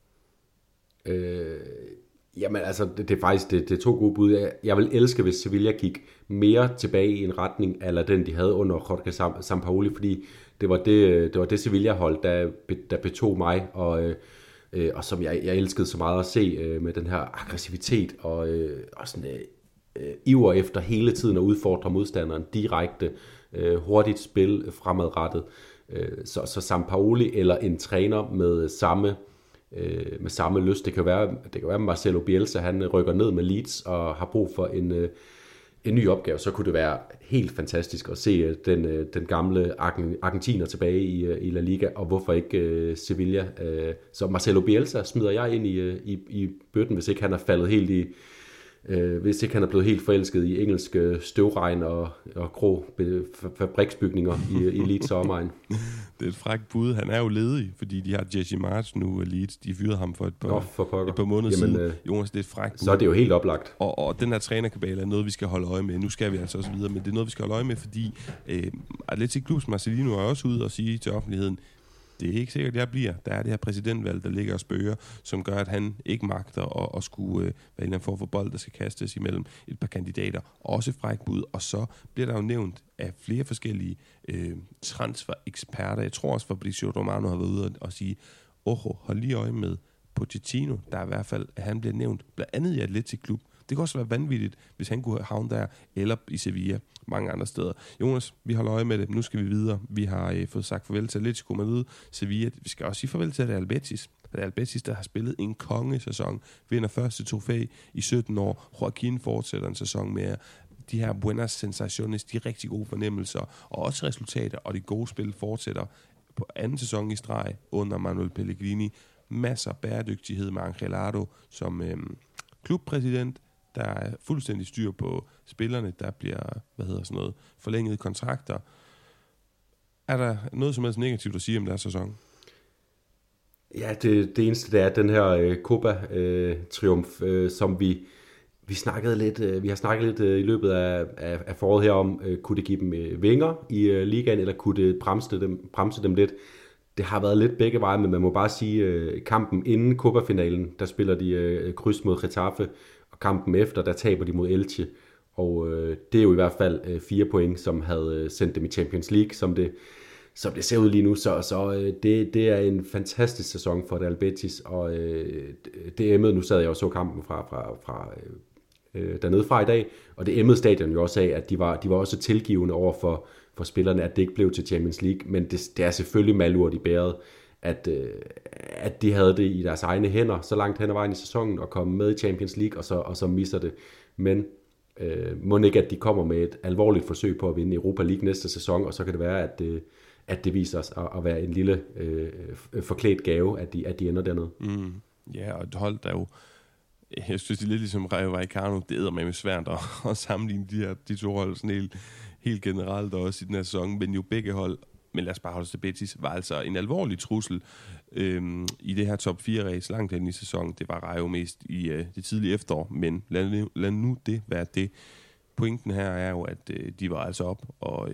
Jamen altså, det er faktisk det er 2 gode bud. Jeg vil elske, hvis Sevilla gik mere tilbage i en retning, eller den, de havde under Jorge Sampaoli, fordi det var det Sevilla-hold, der betog mig, og som jeg elskede så meget at se med den her aggressivitet og sådan iver efter hele tiden at udfordre modstanderen direkte, hurtigt spil fremadrettet. Så Sampaoli eller en træner med samme lyst. Det kan være Marcelo Bielsa, han rykker ned med Leeds og har brug for en ny opgave, så kunne det være helt fantastisk at se den gamle argentiner tilbage i La Liga, og hvorfor ikke Sevilla. Så Marcelo Bielsa smider jeg ind i bøtten, hvis ikke han er faldet helt hvis ikke han er blevet helt forelsket i engelsk støvregn og grå fabriksbygninger i Leeds omegn. Det er et frækt bud. Han er jo ledig, fordi de har Jesse March nu Leeds. De fyrede ham for et par måneder siden. Jonas, det er et frækt bud. Så er det jo helt oplagt. Og den her trænerkabale er noget, vi skal holde øje med. Nu skal vi altså også videre, men det er noget, vi skal holde øje med, fordi Athletic Clubs Marcelino er også ude og sige til offentligheden, det er ikke sikkert, jeg bliver. Der er det her præsidentvalg, der ligger og spøger, som gør, at han ikke magter at skulle være en eller anden form for bold, der skal kastes imellem et par kandidater. Også frækbud, og så bliver der jo nævnt af flere forskellige transfer-eksperter. Jeg tror også, Fabrizio Romano har været ude og sige, hold lige øje med Pochettino, der er i hvert fald, at han bliver nævnt blandt andet i Atletic Klub. Det kan også være vanvittigt, hvis han kunne havne der, eller i Sevilla, mange andre steder. Jonas, vi holder øje med det. Nu skal vi videre. Vi har fået sagt farvel til Atletico Madrid, Sevilla. Vi skal også sige farvel til Real Betis. Real Betis, der har spillet en kongesæson, vinder første trofæ i 17 år. Joaquin fortsætter en sæson mere. De her buenas sensaciones, de rigtig gode fornemmelser, og også resultater, og de gode spil fortsætter på anden sæson i streg under Manuel Pellegrini. Masser af bæredygtighed med Angelado som klubpræsident. Der er fuldstændig styr på spillerne, der bliver, forlængede kontrakter. Er der noget som helst negativt at sige om deres sæson? Ja, det eneste, det er den her Copa-triumf, som vi snakkede lidt, vi har snakket lidt i løbet af foråret her om, kunne det give dem vinger i ligaen, eller kunne det bremse dem lidt? Det har været lidt begge veje, men man må bare sige, kampen inden Copa-finalen, der spiller de kryds mod Getafe, og kampen efter, der taber de mod Elche. Og det er jo i hvert fald 4 point, som havde sendt dem i Champions League, som det ser ud lige nu. Så det er en fantastisk sæson for Real Betis, og det emmede, nu sad jeg og så kampen fra dernede fra i dag, og det emmede stadion jo også af, at de var også tilgivende over for spillerne, at det ikke blev til Champions League, men det er selvfølgelig malurt i bæret, at de havde det i deres egne hænder, så langt hen ad vejen i sæsonen, og komme med i Champions League, og så misser det. Men må ikke, at de kommer med et alvorligt forsøg på at vinde Europa League næste sæson, og så kan det være, at det viser sig at være en lille forklædt gave, at de ender dernede. Ja, og et hold, der jo, jeg synes, det er lidt ligesom Rayo Vallecano, det æder med svært at sammenligne de to hold sådan helt generelt, og også i den her sæson, men jo begge hold, men lad os bare holde til Betis, var altså en alvorlig trussel i det her top 4-race langt hen i sæsonen. Det var Rayo mest i det tidlige efterår, men lad nu det være det. Pointen her er jo, at de var altså op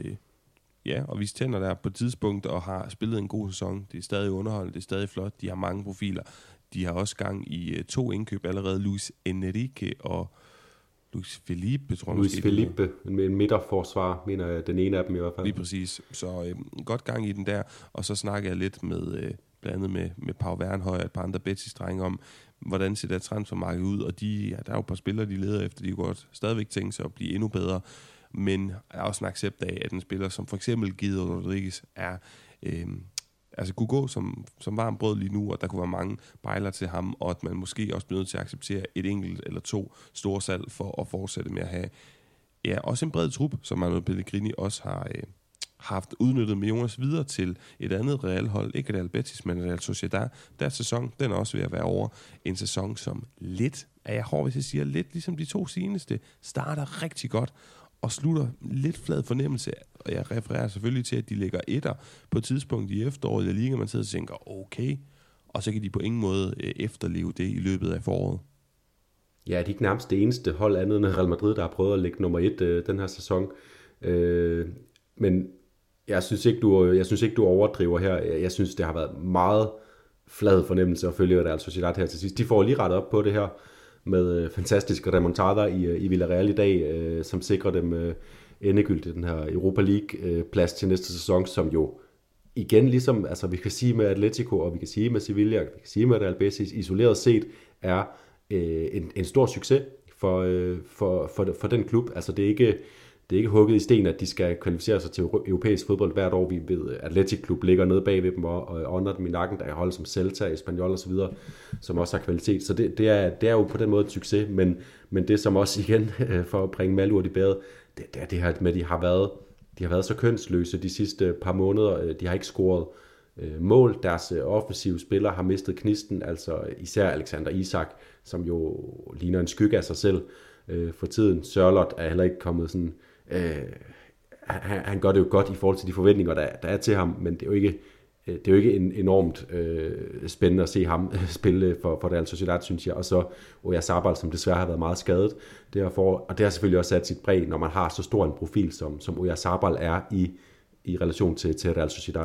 og viste tænder der på et tidspunkt og har spillet en god sæson. Det er stadig underholdende, det er stadig flot, de har mange profiler. De har også gang i 2 indkøb allerede, Luis Enrique og Luis Felipe, tror jeg. Luis Felipe, en midterforsvar, mener jeg, den ene af dem i hvert fald. Lige præcis. Så godt gang i den der. Og så snakker jeg lidt med blandt andet med Pau Wernhøj og et par andre Betis-drenge om, hvordan ser det transfermarked ud. Og der er jo et par spillere, de leder efter. De kunne godt stadigvæk tænke sig at blive endnu bedre. Men er også en accept af, at en spiller som for eksempel Guido Rodriguez er kunne gå som varm brød lige nu, og der kunne være mange bejler til ham, og at man måske også bliver nødt til at acceptere et enkelt eller 2 store salg for at fortsætte med at have også en bred trup, som Manuel Pellegrini også har haft udnyttet med Jonas videre til et andet Real-hold, ikke Real Betis, men Real Sociedad. Deres sæson, den er også ved at være over. En sæson, som lidt, jeg hård, hvis jeg siger lidt, ligesom de 2 seneste, starter rigtig godt, og slutter lidt flad fornemmelse, og jeg refererer selvfølgelig til, at de ligger etter på et tidspunkt i efteråret i La Liga, man sidder og tænker, okay, og så kan de på ingen måde efterleve det i løbet af foråret. Ja, de er ikke nærmest det eneste hold andet end Real Madrid, der har prøvet at ligge nummer 1 den her sæson. Men jeg synes ikke, du overdriver her. Jeg synes, det har været meget flad fornemmelse at følge Real Sociedad her til sidst. De får lige rettet op på det her med fantastiske remontader i Villarreal i dag, som sikrer dem endegyldigt den her Europa League-plads til næste sæson, som jo igen ligesom, altså vi kan sige med Atletico, og vi kan sige med Sevilla, og vi kan sige med Real Betis, isoleret set er en stor succes for den klub. Altså det er ikke hugget i sten, at de skal kvalificere sig til europæisk fodbold hvert år. Vi ved, at Athletic Klub ligger nede bag ved dem og under dem i nakken, der er hold som Celta, Espanyol og så videre, som også har kvalitet. Så det er jo på den måde et succes, men det som også igen, for at bringe malurt i bæret, det er det her med, at de har været så kønsløse de sidste par måneder. De har ikke scoret mål. Deres offensive spillere har mistet knisten, altså især Alexander Isak, som jo ligner en skygge af sig selv for tiden. Sørloth er heller ikke kommet sådan... Han gør det jo godt i forhold til de forventninger, der er til ham, men det er jo ikke enormt spændende at se ham spille for Real Sociedad, synes jeg. Og så Oyarzabal, som desværre har været meget skadet derfor, og det har selvfølgelig også sat sit præg, når man har så stor en profil, som Oyarzabal er i relation til Real Sociedad.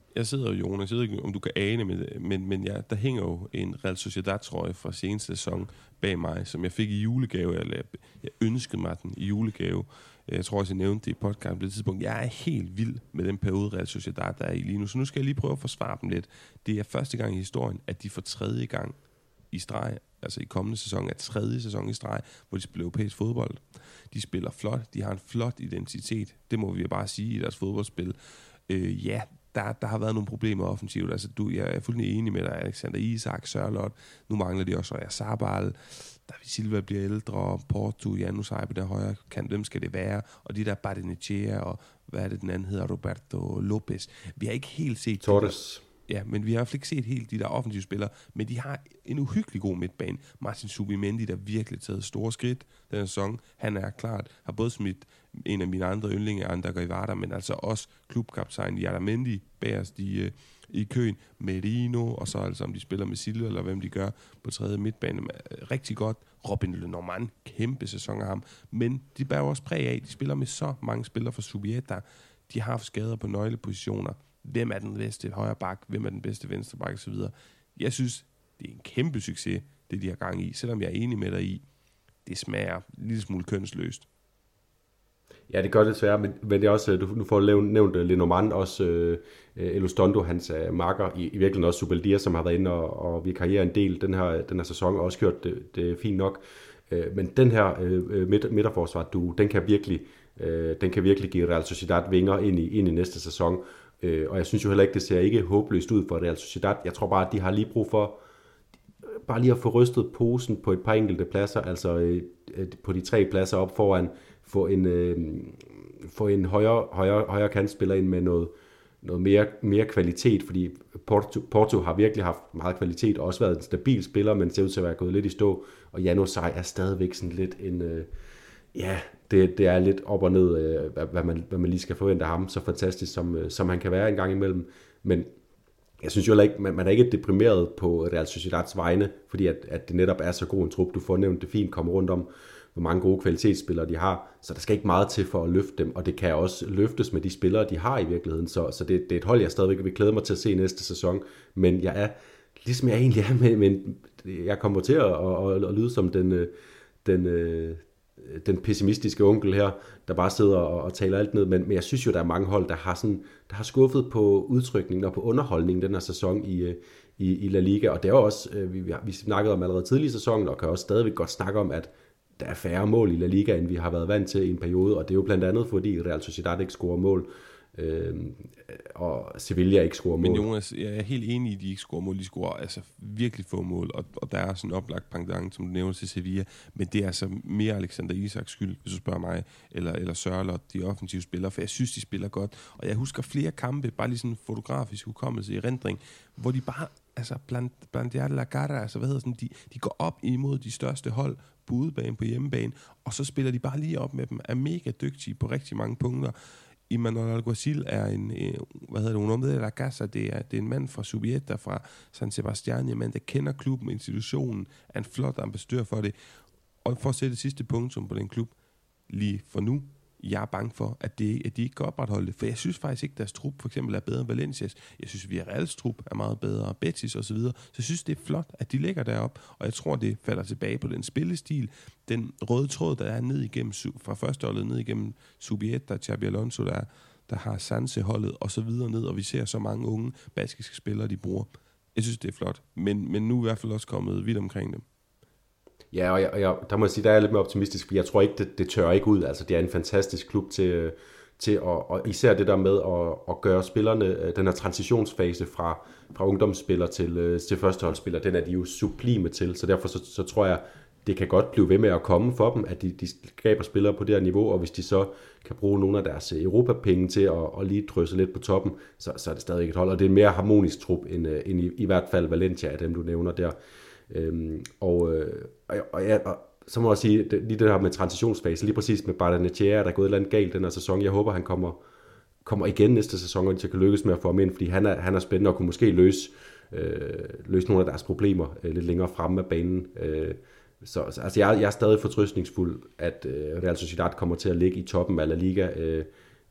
Jeg sidder jo, Jonas, jeg ved ikke, om du kan ane med det, men der hænger jo en Real Sociedad-trøje fra seneste sæson bag mig, som jeg fik i julegave, eller jeg ønskede mig den i julegave. Jeg tror også, jeg nævnte det i podcasten på det tidspunkt. Jeg er helt vild med den periode, Real Sociedad der er i lige nu, så nu skal jeg lige prøve at forsvare dem lidt. Det er første gang i historien, at de for tredje gang i streg, altså i kommende sæson, er tredje sæson i streg, hvor de spiller europæisk fodbold. De spiller flot, de har en flot identitet, det må vi bare sige i deres fodboldspil. Der har været nogle problemer offensivt. Altså, jeg er fuldstændig enig med dig, Alexander Isak, Sørloth. Nu mangler de også Sabal. David Silva bliver ældre, Porto, Janus Ej på den højre kant. Hvem skal det være? Og de der Bardenechea, og hvad er det, den anden hedder? Roberto Lopez. Vi har ikke helt set... Torres. Ja, men vi har ikke set helt de der offensive spillere, men de har en uhyggelig god midtbane. Martin Zubimendi, der virkelig taget store skridt den sæson. Han er klart, har både smidt en af mine andre yndlinge, Ander Guevara, men altså også klubkaptajn Jaramendi bagerst i køen, Merino, og så altså om de spiller med Silva, eller hvem de gør på tredje midtbane. Rigtig godt. Robin Lenormand, kæmpe sæson af ham. Men de bærer også præg af, de spiller med så mange spillere fra Subieta. De har skader på nøglepositioner. Hvem er den bedste højre bak? Hvem er den bedste venstre bak? Og så videre. Jeg synes, det er en kæmpe succes, det de har gang i. Selvom jeg er enig med dig i, det smager en lille smule kønsløst. Ja, det gør det desværre, men det er også, nu får nævnt Lenormand, også Elustondo, hans makker, i virkeligheden også Zubeldia, som har været inde og vikarierer en del den her sæson, og også gjort det fint nok. Men den her midterforsvar, den kan virkelig give Real Sociedad vinger ind i næste sæson. Og jeg synes jo heller ikke, det ser ikke håbløst ud for Real Sociedad. Jeg tror bare, at de har lige brug for bare lige at få rystet posen på et par enkelte pladser, altså på de 3 pladser op foran, få en højere kantspiller ind med noget mere kvalitet, fordi Porto har virkelig haft meget kvalitet og også været en stabil spiller, men ser ud til at være gået lidt i stå, og Janus Ej er stadigvæk sådan lidt en... det er lidt op og ned, hvad man lige skal forvente af ham, så fantastisk som han kan være en gang imellem, men jeg synes jo heller ikke, man er ikke deprimeret på Real Sociedads vegne, fordi at det netop er så god en trup. Du får nævnt det fint, kommer rundt om, hvor mange gode kvalitetsspillere de har, så der skal ikke meget til for at løfte dem, og det kan også løftes med de spillere, de har i virkeligheden, så det er et hold, jeg stadigvæk vil glæde mig til at se næste sæson, men jeg er, ligesom jeg egentlig er, men jeg kommer til at lyde som den pessimistiske onkel her, der bare sidder og taler alt ned, men jeg synes jo, der er mange hold, der har skuffet på udtrykningen og på underholdningen den her sæson i La Liga, og det er jo også, vi snakkede om allerede tidlig i sæsonen, og kan også stadigvæk godt snakke om, at der er færre mål i La Liga, end vi har været vant til i en periode, og det er jo blandt andet, fordi Real Sociedad ikke scorer mål, og Sevilla ikke scorer mål. Men Jonas, jeg er helt enig i, at de ikke scorer mål. De scorer altså virkelig få mål, og der er sådan en oplagt pendant, som du nævner til Sevilla, men det er altså mere Alexander Isaks skyld, hvis du spørger mig, eller Sørloth, de offensive spillere, for jeg synes, de spiller godt, og jeg husker flere kampe, bare lige sådan en fotografisk hukommelse i erindring, hvor de bare, altså blandt de la cara, altså hvad hedder sådan, de går op imod de største hold på udebane, på hjemmebane, og så spiller de bare lige op med dem, er mega dygtige på rigtig mange punkter. Emmanuel Alguacil er det er en mand fra Subieta, fra San Sebastián, men der kender klubben, institutionen, er en flot ambassadør for det. Og for at sætte det sidste punktum på den klub, lige for nu, jeg er bange for, at de ikke kan opretholde det. For jeg synes faktisk ikke, at deres trup for eksempel er bedre end Valencias. Jeg synes, at Villarreals trup er meget bedre, Betis osv. Så jeg synes, det er flot, at de ligger deroppe. Og jeg tror, det falder tilbage på den spillestil, den røde tråd, der er ned igennem, fra førsteholdet ned igennem Subieta, Xabi Alonso, der har Sanse-holdet og så videre ned. Og vi ser så mange unge baskiske spillere, de bruger. Jeg synes, det er flot. Men nu er i hvert fald også kommet vidt omkring dem. Ja, og der må jeg sige, der er jeg lidt mere optimistisk, for jeg tror ikke, det tør ikke ud. Altså, det er en fantastisk klub til og især det der med at gøre spillerne, den her transitionsfase fra ungdomsspiller til førsteholdsspiller, den er de jo sublime til, så derfor så tror jeg, det kan godt blive ved med at komme for dem, at de skaber spillere på det her niveau, og hvis de så kan bruge nogle af deres europapenge til at lige drysse lidt på toppen, så er det stadig et hold, og det er en mere harmonisk trup end i hvert fald Valencia af dem, du nævner der. Og så må jeg sige, lige det her med transitionsfase, lige præcis med Bardenechea, der er gået et eller andet galt den her sæson. Jeg håber, han kommer igen næste sæson, og de kan lykkes med at få ham ind, fordi han er spændende og kunne måske løse nogle af deres problemer lidt længere fremme af banen. Så altså jeg er stadig fortrøstningsfuld, at Real Sociedad kommer til at ligge i toppen af La Liga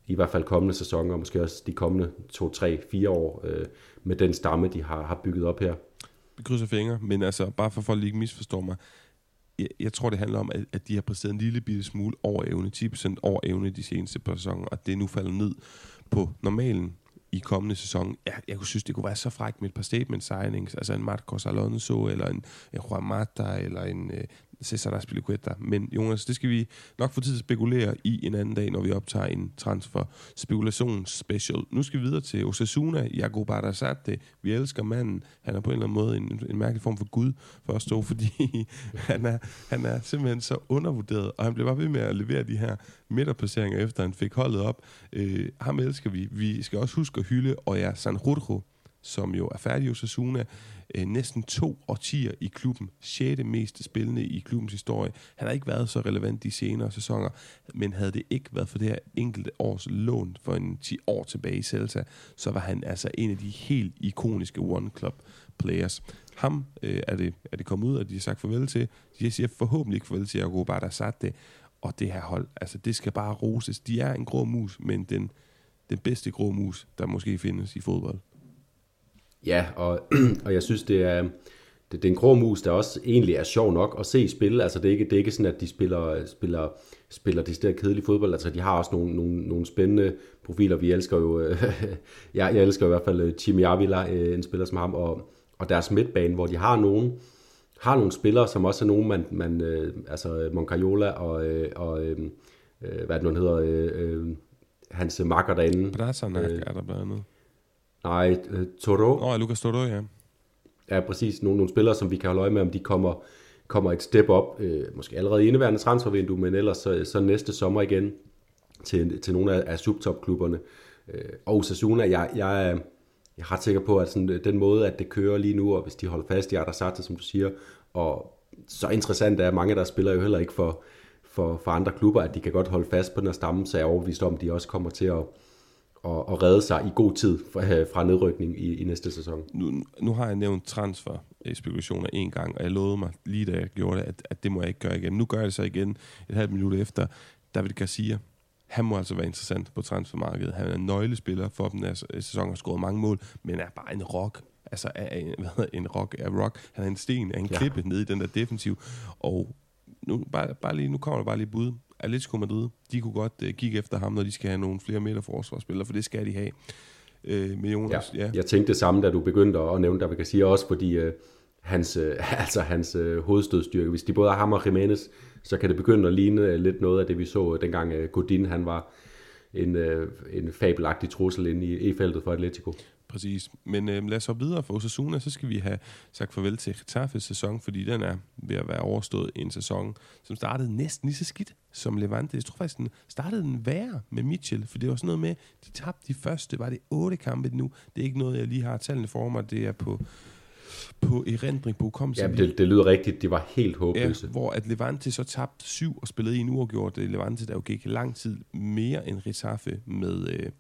i hvert fald kommende sæsoner, og måske også de kommende 2, 3, 4 år, med den stamme, de har bygget op her. Vi krydser fingre, men altså, bare for folk ikke misforstår mig, jeg tror, det handler om, at de har præsteret en lille bitte smule over evne, 10% over evne de seneste par sæsoner, og det er nu faldet ned på normalen i kommende sæson. Jeg kunne synes, det kunne være så frækt med et par statement signings, altså en Marcos Alonso, eller en Juan Mata, eller en Cesar Azpilicueta. Men Jonas, det skal vi nok få tid til at spekulere i en anden dag, når vi optager en transfer spekulationsspecial. Nu skal vi videre til Osasuna, Iago Barasate. Vi elsker manden. Han er på en eller anden måde en mærkelig form for Gud for os to, fordi han er simpelthen så undervurderet, og han bliver bare ved med at levere de her midterplaceringer, efter han fik holdet op. Ham elsker vi. Vi skal også huske at hylde Oya Sanjurjo, som jo er færdig i Osasuna, næsten 2 årtier i klubben, 6. mest spillende i klubbens historie. Han har ikke været så relevant de senere sæsoner, men havde det ikke været for det her enkelte års lån for en 10 år tilbage i Celta, så var han altså en af de helt ikoniske One Club players. Ham er det kommet ud, at de har sagt farvel til. De siger forhåbentlig ikke farvel til Iago Barasate, og det her hold, altså det skal bare roses. De er en grå mus, men den bedste grå mus, der måske findes i fodbold. Ja, og jeg synes, det er en grå mus, der også egentlig er sjov nok at se spille. Altså det er ikke sådan, at de spiller decideret kedelig fodbold. Altså de har også nogle spændende profiler. Vi elsker jo, jeg elsker i hvert fald Chimi Avila, en spiller som ham, og deres midtbane, hvor de har nogle spillere, som også er nogen, man altså Moncayola og hvad det nu hedder, hans makker derinde. Brasanak er der blandt andet. Nej, Toro. Lucas Toro, ja. Ja, præcis. Nogle spillere, som vi kan holde øje med, om de kommer et step op, måske allerede i indeværende transfervindue, men ellers så næste sommer igen til nogle af subtopklubberne. Og Osasuna, jeg er ret sikker på, at sådan, den måde, at det kører lige nu, og hvis de holder fast i Arrasate, som du siger, og så interessant er, mange der spiller jo heller ikke for andre klubber, at de kan godt holde fast på den her stamme, så jeg er overbevist om, at de også kommer til at redde sig i god tid fra nedrykning i næste sæson. Nu har jeg nævnt transfer-spekulationer en gang, og jeg lovede mig lige da jeg gjorde det, at det må jeg ikke gøre igen. Nu gør jeg det så igen et halvt minut efter. David Garcia, han må altså være interessant på transfermarkedet. Han er en nøglespiller for den her sæson, har scoret mange mål, men er bare en rock. Altså en rock. Han er en sten, er en klippe nede i den der defensiv. Og nu kommer der bare lige bud. Atletico Madrid, de kunne godt kigge efter ham, når de skal have nogle flere midterforsvarsspillere, for det skal de have. Med Jonas, ja. Jeg tænkte det samme, da du begyndte at nævne David Garcia også, fordi hans hovedstødstyrke, hvis de både har ham og Jimenez, så kan det begynde at ligne lidt noget af det, vi så dengang Godin, han var en fabelagtig trussel inde i feltet for Atletico. Præcis. Men lad os hoppe videre for Osasuna, så skal vi have sagt farvel til Getafes sæson, fordi den er ved at være overstået en sæson, som startede næsten lige så skidt som Levante. Jeg tror faktisk, den startede værre med Mitchell, for det var sådan noget med, de tabte de første, var det 8 kampe nu. Det er ikke noget, jeg lige har tallene for mig, det er på erindring på hukommelse. Ja, det lyder rigtigt, det var helt håbløse. Ja, hvor at Levante så tabte 7 og spillede i en uafgjort. Levante, der jo gik lang tid mere end Getafe med,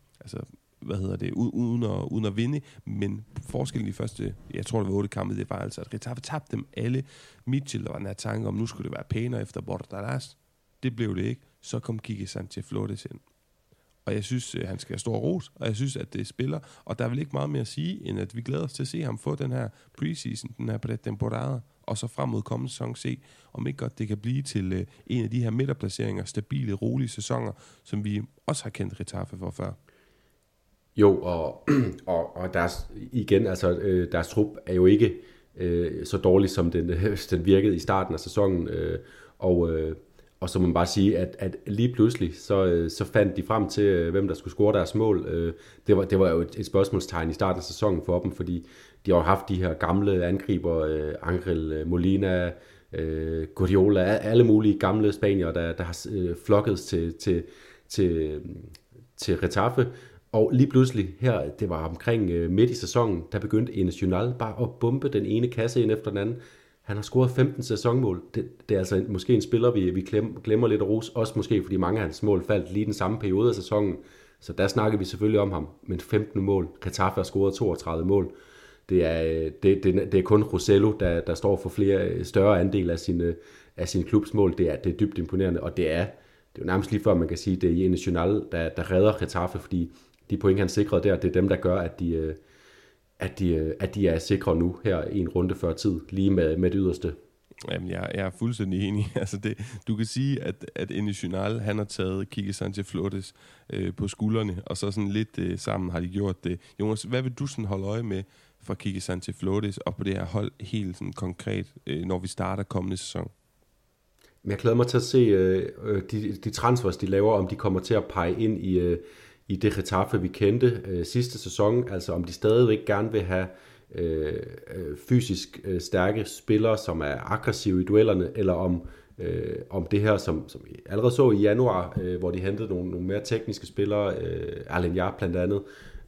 uden at vinde, men forskellen i første, jeg tror det var 8 kampe, det var altså, at Getafe tabte dem alle. Mitchell, der var den her tanke om, nu skulle det være pænere efter Bordalas. Det blev det ikke. Så kom Quique Sánchez Flores ind. Og jeg synes, han skal have stor ros, og jeg synes, at det spiller, og der er vel ikke meget mere at sige, end at vi glæder os til at se ham få den her preseason, den her temporada, og så frem mod kommende sæson se, om ikke godt det kan blive til en af de her midterplaceringer, stabile, rolige sæsoner, som vi også har kendt Getafe for før. Jo, og deres, igen, altså deres trup er jo ikke så dårlig, som den virkede i starten af sæsonen, og så må man bare sige, at lige pludselig, så fandt de frem til, hvem der skulle score deres mål. Det var jo et spørgsmålstegn i starten af sæsonen for dem, fordi de har haft de her gamle angriber, Angel Molina, Guardiola, alle mulige gamle spanier, der har flokket til Getafe. Og lige pludselig her, det var omkring midt i sæsonen, der begyndte Nacional bare at bombe den ene kasse ind efter den anden. Han har scoret 15 sæsonmål. Det er altså måske en spiller, vi glemmer lidt at rose. Også måske, fordi mange af hans mål faldt lige den samme periode af sæsonen. Så der snakker vi selvfølgelig om ham. Men 15 mål. Getafe har scoret 32 mål. Det er kun Rosello, der står for større andel af sin klubs mål. Det er dybt imponerende, og det er det er jo nærmest lige før, man kan sige, det er i Nacional, der redder Getafe, fordi de point, han sikrede der, det er dem, der gør, at de er sikre nu her i en runde før tid, lige med det yderste. Jamen, jeg er fuldstændig enig. Altså du kan sige, at Nacional, han har taget Quique Sánchez Flores på skuldrene, og så sådan lidt sammen har de gjort det. Jonas, hvad vil du sådan holde øje med fra Quique Sánchez Flores og på det her hold helt sådan konkret, når vi starter kommende sæson? Men jeg glæder mig til at se de transfers, de laver, om de kommer til at pege ind i det Getafe, vi kendte sidste sæson, altså om de stadigvæk gerne vil have fysisk stærke spillere, som er aggressive i duellerne, eller om det her, som vi allerede så i januar, hvor de hentede nogle mere tekniske spillere, Alenya blandt andet,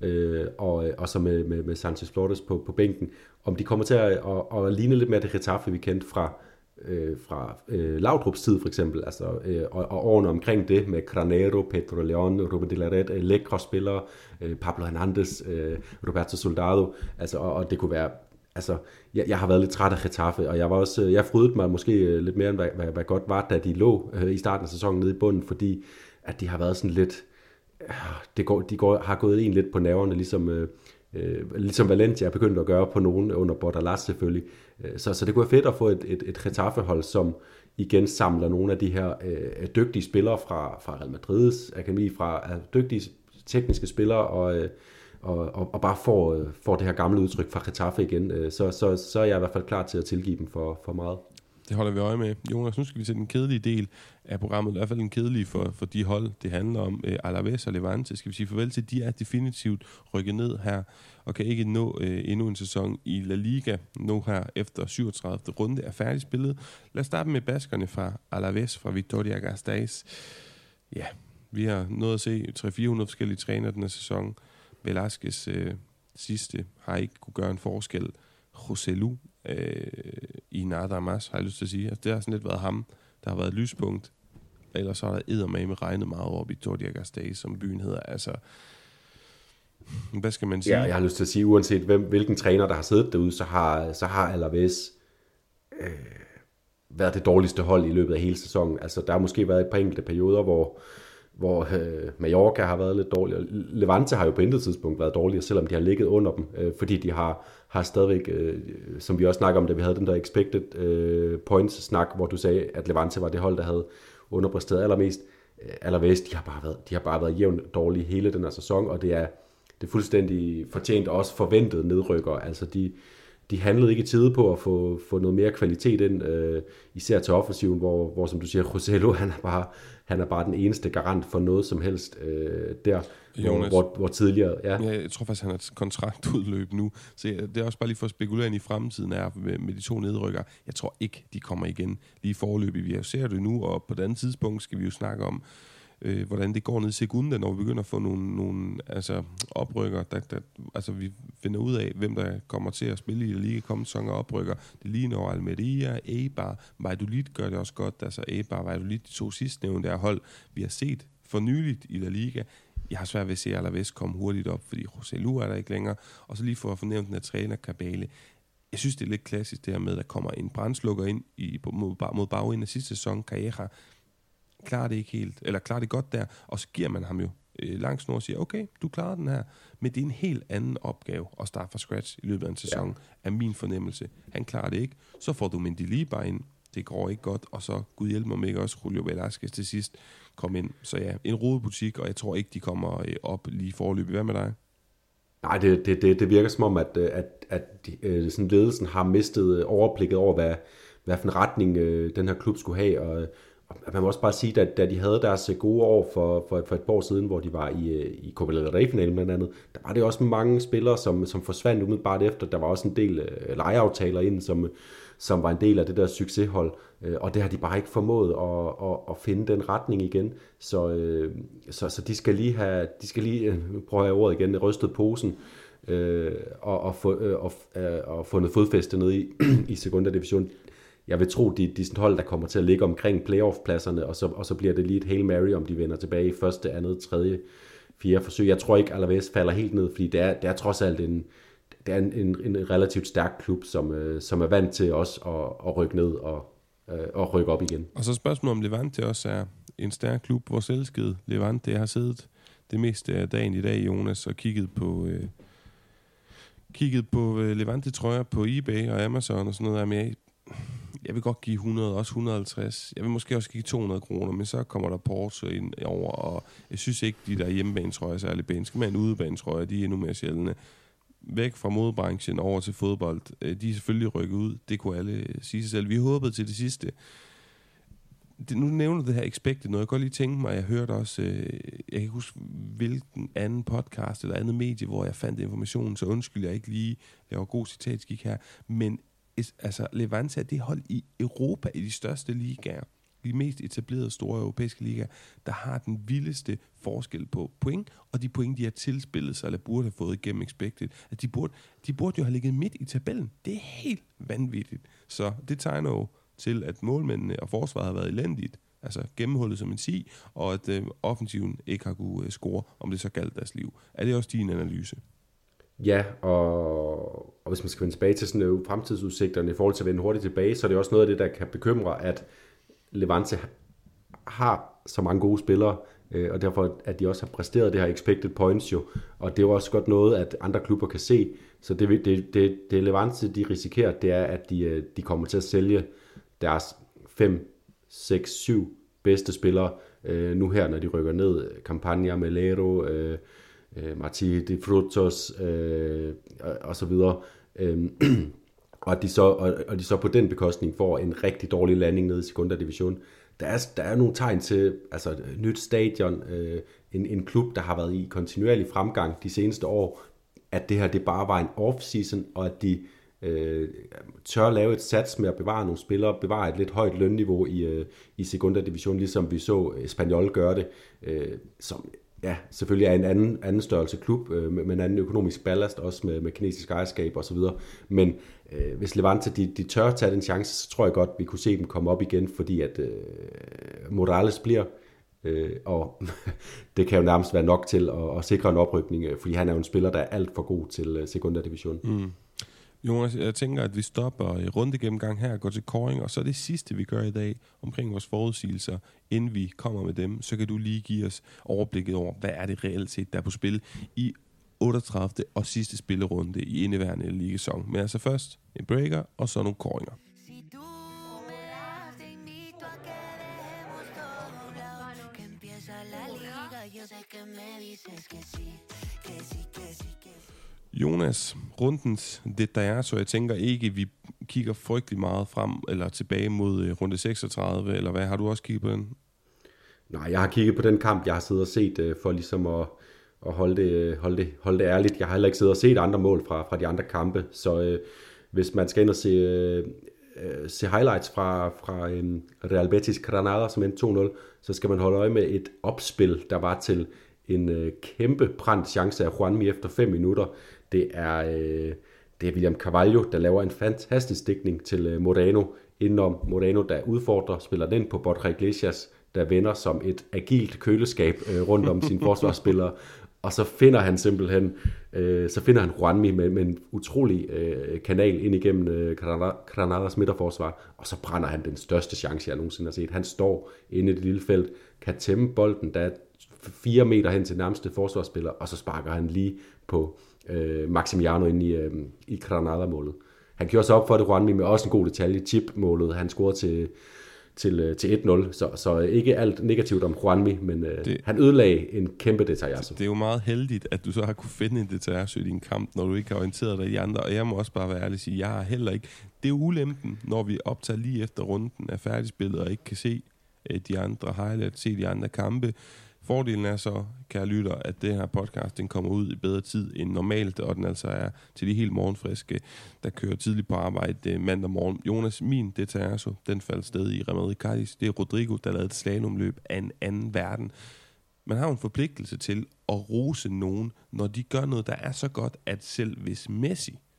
og så med Sánchez Flores på bænken, om de kommer til at ligne lidt mere det Getafe, vi kendte fra Laudrup's tid for eksempel, altså, og årene omkring det med Granero, Pedro León, Ruben de la Red, lækre spillere, Pablo Hernandez, Roberto Soldado, altså, og det kunne være, altså, jeg har været lidt træt af Getafe, og jeg frydede mig måske lidt mere, end hvad godt var, da de lå i starten af sæsonen nede i bunden, fordi at de har været sådan lidt, har gået en lidt på nerverne, ligesom Valencia er begyndt at gøre på nogen under Bordalas selvfølgelig. Så det kunne være fedt at få et Getafe-hold, som igen samler nogle af de her dygtige spillere fra Real Madrids akademi, fra dygtige tekniske spillere, og bare får det her gamle udtryk fra Getafe igen. Så er jeg i hvert fald klar til at tilgive dem for meget. Det holder vi øje med. Jonas, nu skal vi se den kedelige del af programmet, i hvert fald den kedelige for de hold, det handler om. Alaves og Levante, skal vi sige farvel til, de er definitivt rykket ned her, og kan ikke nå endnu en sæson i La Liga, nu her efter 37. runde er færdigspillet. Lad os starte med baskerne fra Alaves, fra Vitoria-Gasteiz. Ja, vi har nået at se 300-400 forskellige trænere den her sæson. Velasquez sidste har ikke kunne gøre en forskel. José Lu i Nada Mas, har jeg lyst til at sige. Altså, det har sådan lidt været ham, der har været et lyspunkt. Ellers så har der eddermame regnet meget over Vitoria-Gasteiz, som byen hedder. Altså, hvad skal man sige? Ja, jeg har lyst til at sige, uanset hvilken træner, der har siddet derude, så har Alaves været det dårligste hold i løbet af hele sæsonen. Altså, der har måske været et par enkelte perioder, hvor Mallorca har været lidt dårlig, og Levante har jo på intet tidspunkt været dårligere, selvom de har ligget under dem, fordi de har stadigvæk, som vi også snakker om, da vi havde den der expected points-snak, hvor du sagde, at Levante var det hold, der havde underpræsteret allermest. Alaves, de har bare været jævnt dårlige hele den her sæson, og det er fuldstændig fortjent og også forventet nedrykker. Altså de handlede ikke i tide på at få noget mere kvalitet ind, især til offensiven, hvor som du siger, Joselu, han er bare den eneste garant for noget som helst der, Jonas, hvor tidligere... Ja. Jeg tror faktisk, han har et kontraktudløb nu, så det er også bare lige for at spekulere ind i fremtiden er med de to nedrykker. Jeg tror ikke, de kommer igen lige forløbig. Vi ser det nu, og på et andet tidspunkt skal vi jo snakke om, hvordan det går ned i Segunda, når vi begynder at få nogle oprykker, altså vi finder ud af, hvem der kommer til at spille i La Liga kommende sæson og oprykker. Det ligner over Almeria, Eibar, Valladolid gør det også godt, altså Eibar og Valladolid, de to sidstnævnte der hold, vi har set for nyligt i La Liga. Jeg har svært ved at se Alaves komme hurtigt op, fordi Joselu er der ikke længere, og så lige for at fornævne den her træner Kabale. Jeg synes, det er lidt klassisk det her med, at der kommer en brandslukker ind mod bagenden af sidste sæson, Calleja, klarer det ikke helt, eller klarer det godt der, og så giver man ham jo lang snor og siger, okay, du klarer den her, men det er en helt anden opgave at starte fra scratch i løbet af en sæson, af min fornemmelse. Han klarer det ikke, så får du Mendilibar ind, det går ikke godt, og så, Gud hjælp mig ikke også, Julio Velasquez til sidst kom ind. Så ja, en rodebutik, og jeg tror ikke, de kommer op lige forløbig. Hvad med dig? Nej, det virker som om, at sådan ledelsen har mistet overblikket over, hvad for en retning den her klub skulle have, og man må også bare sige, at da de havde deres gode år for et par år siden, hvor de var i Copa del Rey-finalen blandt andet, der var det også mange spillere, som forsvandt umiddelbart efter. Der var også en del lejeaftaler ind, som var en del af det der succeshold, og det har de bare ikke formået at finde den retning igen. Så de skal lige nu prøver jeg ordet igen, rystet posen, og fundet fodfæste ned i Segunda Division. Jeg vil tro, de er sådan hold, der kommer til at ligge omkring playoff-pladserne, og så bliver det lige et Hail Mary, om de vender tilbage i første, andet, tredje, fjerde forsøg. Jeg tror ikke, Alaves falder helt ned, fordi det er trods alt en relativt stærk klub, som er vant til også at rykke ned og rykke op igen. Og så spørgsmålet om Levante også er en stærk klub, vores elskede Levante. Jeg har siddet det meste af dagen i dag, Jonas, og kigget på Levante-trøjer på eBay og Amazon og sådan noget. Men jeg vil godt give 100, også 150. Jeg vil måske også give 200 kroner, men så kommer der Porto ind over, og jeg synes ikke, de der hjemmebanetrøjer er særlig pæne. Skal man en udebanetrøjer, de er endnu mere sjældne. Væk fra modebranchen over til fodbold. De er selvfølgelig rykket ud. Det kunne alle sige sig selv. Vi håbede til det sidste. Nu nævner det her expected noget. Jeg kan godt lige tænke mig, jeg hørte også, jeg kan ikke huske, hvilken anden podcast eller andet medie, hvor jeg fandt informationen, så undskyld, jeg ikke lige laver god citatskik her, men altså Levante er det hold i Europa i de største ligaer, de mest etablerede store europæiske ligaer, der har den vildeste forskel på point, og de point, de har tilspillet sig, eller burde have fået igennem expected, at de burde jo have ligget midt i tabellen. Det er helt vanvittigt. Så det tegner jo til, at målmændene og forsvaret har været elendigt, altså gennemhullet som en si, og at offensiven ikke har kunne score, om det så galt deres liv. Er det også din analyse? Ja, og hvis man skal vende tilbage til sådan fremtidsudsigterne i forhold til at vende hurtigt tilbage, så er det også noget af det, der kan bekymre, at Levante har så mange gode spillere, og derfor at de også har præsteret det her expected points jo, og det er jo også godt noget, at andre klubber kan se, så det Levante, de risikerer, det er, at de kommer til at sælge deres 5, 6, 7 bedste spillere nu her, når de rykker ned. Campagna, Melero, Martí de Frutos og så videre. Og de så på den bekostning får en rigtig dårlig landing nede i Segunda Division. Der er nogle tegn til, altså et nyt stadion, en klub, der har været i kontinuerlig fremgang de seneste år, at det her det bare var en off-season, og at de tør lave et sats med at bevare nogle spillere, bevare et lidt højt lønniveau i Segunda Division, ligesom vi så Espanyol gøre det, som ja, selvfølgelig er en anden størrelse klub, med en anden økonomisk ballast, også med kinesisk ejerskab og så videre. Men hvis Levante de tør tage den chance, så tror jeg godt, vi kunne se dem komme op igen, fordi at Morales bliver, og det kan jo nærmest være nok til at sikre en oprykning, fordi han er jo en spiller, der er alt for god til Segunda Division. Mm. Jonas, jeg tænker, at vi stopper i rundegennemgang her og går til kåring, og så det sidste, vi gør i dag omkring vores forudsigelser, inden vi kommer med dem, så kan du lige give os overblikket over, hvad er det reelt set, der er på spil i 38. og sidste spillerunde i indeværende ligasæson. Men altså først en breaker, og så nogle kåringer. Jonas, rundens detaljer, så jeg tænker ikke, vi kigger frygtelig meget frem eller tilbage mod runde 36, eller hvad? Har du også kigget på den? Nej, jeg har kigget på den kamp, jeg har siddet og set, for ligesom at holde det ærligt. Jeg har heller ikke siddet og set andre mål fra de andre kampe, så hvis man skal ind og se highlights fra Real Betis Granada, som endte 2-0, så skal man holde øje med et opspil, der var til en kæmpe brændt chance af Juanmi efter 5 minutter. Det er William Carvalho, der laver en fantastisk dækning til Moreno indenom. Moreno, der udfordrer, spiller den på Borja Iglesias, der vender som et agilt køleskab rundt om sine forsvarsspillere. Og så finder han simpelthen Juanmi med en utrolig kanal ind igennem Granadas midterforsvar, og så brænder han den største chance, jeg nogensinde har set. Han står inde i det lille felt, kan tæmme bolden, der er 4 meter hen til nærmeste forsvarsspiller, og så sparker han lige på Maximiano ind i Granada-målet. Han gjorde sig op for det, Juanmi, med også en god detalje. Chip-målet, han scorede til 1-0, så ikke alt negativt om Juanmi, men han ødelagde en kæmpe detalje. Det er jo meget heldigt, at du så har kunne finde en detalje i din kamp, når du ikke har orienteret dig i andre, og jeg må også bare være ærlig og sige, jeg har heller ikke. Det er jo ulempen, når vi optager lige efter runden af færdigspillet, og ikke kan se de andre highlights, se de andre kampe. Fordelen er så, kære lytter, at det her podcast, den kommer ud i bedre tid end normalt, og den altså er til de helt morgenfriske, der kører tidligt på arbejde mandag morgen. Jonas, min detalje, den faldt sted i Real Madrid Cadiz. Det er Rodrigo, der lavede et slalomløb af en anden verden. Man har jo en forpligtelse til at rose nogen, når de gør noget, der er så godt, at selv hvis Messi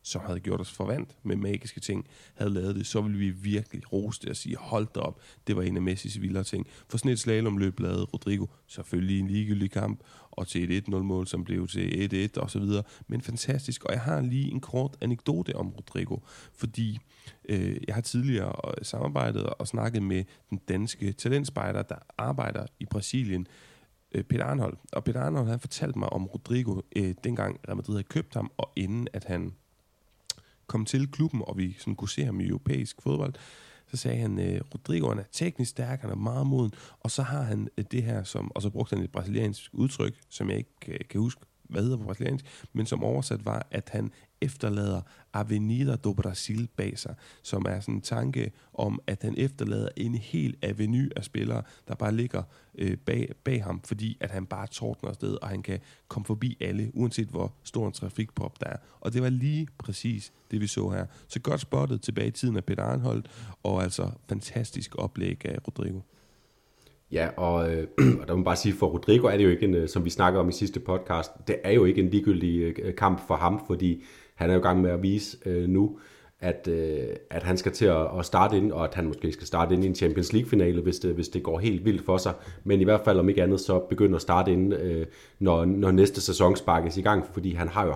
som havde gjort os forvandt med magiske ting, havde lavet det, så ville vi virkelig rose det og sige, hold da op, det var en af Messis vildere ting. For sådan et slalomløb lavede Rodrigo selvfølgelig en ligegyldig kamp, og til et 1-0-mål, som blev til 1-1 og så videre. Men fantastisk, og jeg har lige en kort anekdote om Rodrigo, fordi jeg har tidligere samarbejdet og snakket med den danske talentspejder, der arbejder i Brasilien, Peter Arnhold. Og Peter Arnhold havde fortalt mig om Rodrigo, dengang Real Madrid havde købt ham, og inden at han kom til klubben, og vi sådan kunne se ham i europæisk fodbold, så sagde han, Rodrigo han er teknisk stærk, han er meget moden, og så har han det her, og så brugte han et brasiliansk udtryk, som jeg ikke kan huske, hvad hedder på brasiliansk, men som oversat var, at han efterlader Avenida do Brasil bag sig, som er sådan en tanke om, at han efterlader en hel avenue af spillere, der bare ligger bag ham, fordi at han bare tordner afsted, og han kan komme forbi alle, uanset hvor stor en trafikprop der er. Og det var lige præcis det, vi så her. Så godt spottet tilbage i tiden af Peter Arnhold, og altså fantastisk oplæg af Rodrigo. Ja, og der må man bare sige, for Rodrigo er det jo ikke, som vi snakker om i sidste podcast, det er jo ikke en ligegyldig kamp for ham, fordi han er jo i gang med at vise nu, at han skal til at starte ind, og at han måske skal starte ind i en Champions League-finale, hvis det går helt vildt for sig. Men i hvert fald om ikke andet, så begynder at starte ind, når næste sæson sparkes i gang, fordi han har jo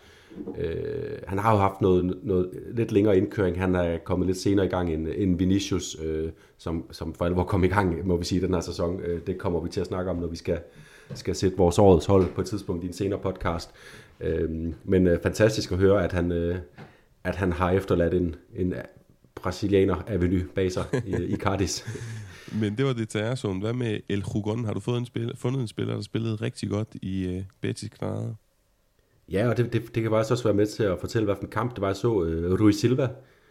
haft noget lidt længere indkøring. Han er kommet lidt senere i gang end Vinicius, som for alvor kom i gang, må vi sige, den her sæson. Det kommer vi til at snakke om, når vi skal sætte vores årets hold på et tidspunkt i en senere podcast. Men fantastisk at høre, at han har efterladt en brasilianer avenue bag sig i Cardis. Men det var det til Erson. Hvad med El Hugon? Har du fundet en spiller, der spillede rigtig godt i Betis Granada? Ja, og det kan faktisk også være med til at fortælle, hvad for en kamp det var. Jeg så Rui Silva,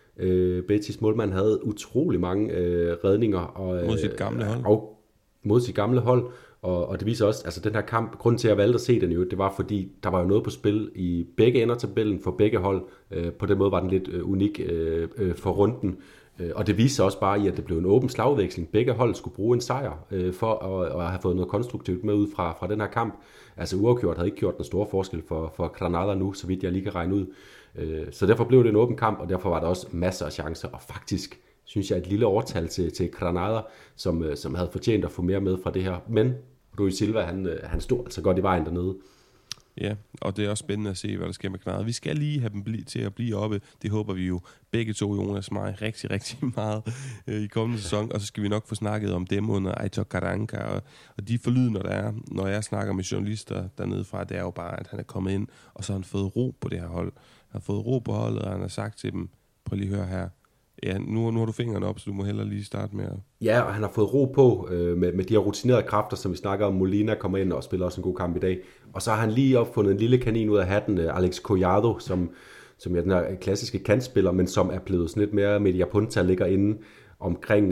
Betis målmand, havde utrolig mange redninger. Og, mod sit gamle hold. Og mod sit gamle hold. Og det viser også, altså den her kamp, grunden til at jeg valgte at se den jo, det var fordi, der var jo noget på spil i begge ender af tabellen for begge hold. På den måde var den lidt unik for runden. Og det viste sig også bare i, at det blev en åben slagveksling. Begge hold skulle bruge en sejr for at have fået noget konstruktivt med ud fra den her kamp. Altså uafgjort havde ikke gjort den store forskel for Granada nu, så vidt jeg lige kan regne ud. Så derfor blev det en åben kamp, og derfor var der også masser af chancer. Og faktisk synes jeg et lille overtal til Granada, som havde fortjent at få mere med fra det her. Men Rui Silva, han stod altså godt i vejen dernede. Ja, og det er også spændende at se, hvad der sker med Granada. Vi skal lige have dem til at blive oppe. Det håber vi jo begge to, Jonas og mig, rigtig, rigtig meget i kommende sæson. Og så skal vi nok få snakket om dem under Aitor Karanka. Og de forlydender, når jeg snakker med journalister dernede fra, det er jo bare, at han er kommet ind, og så har han fået ro på det her hold. Han har fået ro på holdet, og han har sagt til dem, prøv lige at høre her. Ja, nu har du fingrene op, så du må hellere lige starte med at... Ja, og han har fået ro på med de her rutinerede kræfter, som vi snakker om. Molina kommer ind og spiller også en god kamp i dag. Og så har han lige opfundet en lille kanin ud af hatten, Alex Collado, som er den her klassiske kantspiller, men som er blevet sådan lidt mere mediapunta, ligger inde omkring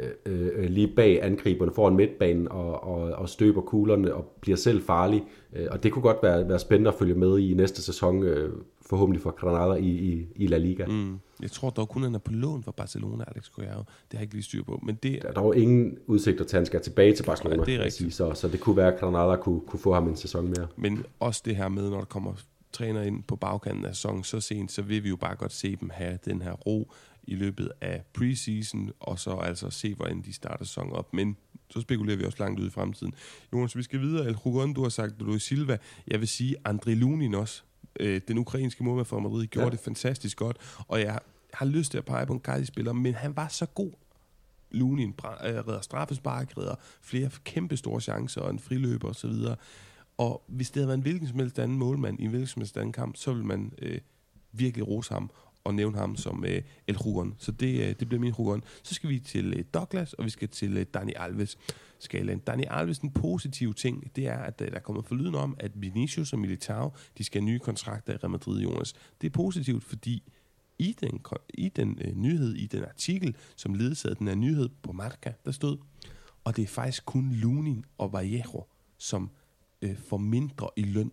lige bag angriberne foran midtbanen og støber kuglerne og bliver selv farlig. Og det kunne godt være spændende at følge med i næste sæson, forhåbentlig for Granada i La Liga. Jeg tror dog kun, han er på lån for Barcelona, Alex Collado. Det har jeg ikke lige styr på. Men det... Der er dog ingen udsigter til, at han skal tilbage til Barcelona. Ja, det er rigtigt. Så det kunne være, at Granada kunne få ham en sæson mere. Men også det her med, når der kommer træner ind på bagkanten af sæsonen så sent, så vil vi jo bare godt se dem have den her ro i løbet af preseason, og så altså se, hvordan de starter sæsonen op. Men så spekulerer vi også langt ud i fremtiden. Jonas, vi skal videre. El Hugon, du har sagt, Luis Silva. Jeg vil sige, André Lunin også. Den ukrainske målmand for Madrid gjorde det fantastisk godt, og jeg har lyst til at pege på en Cardis-spiller, men han var så god. Lunin redder straffespark, redder flere kæmpe store chancer og en friløber osv. Og hvis det havde været en hvilken som helst anden målmand i en hvilken som helst anden kamp, så ville man virkelig rose ham og nævne ham som El Hugon. Så det bliver min Hugon. Så skal vi til Douglas, og vi skal til Dani Alves skalaen. Dani Alves, en positiv ting, det er, at der er kommet forlyden om, at Vinicius og Militao, de skal have nye kontrakter i Real Madrid, Jonas. Det er positivt, fordi i den nyhed, i den artikel, som ledsagede den her nyhed på Marca, der stod, og det er faktisk kun Lunin og Vallejo, som får mindre i løn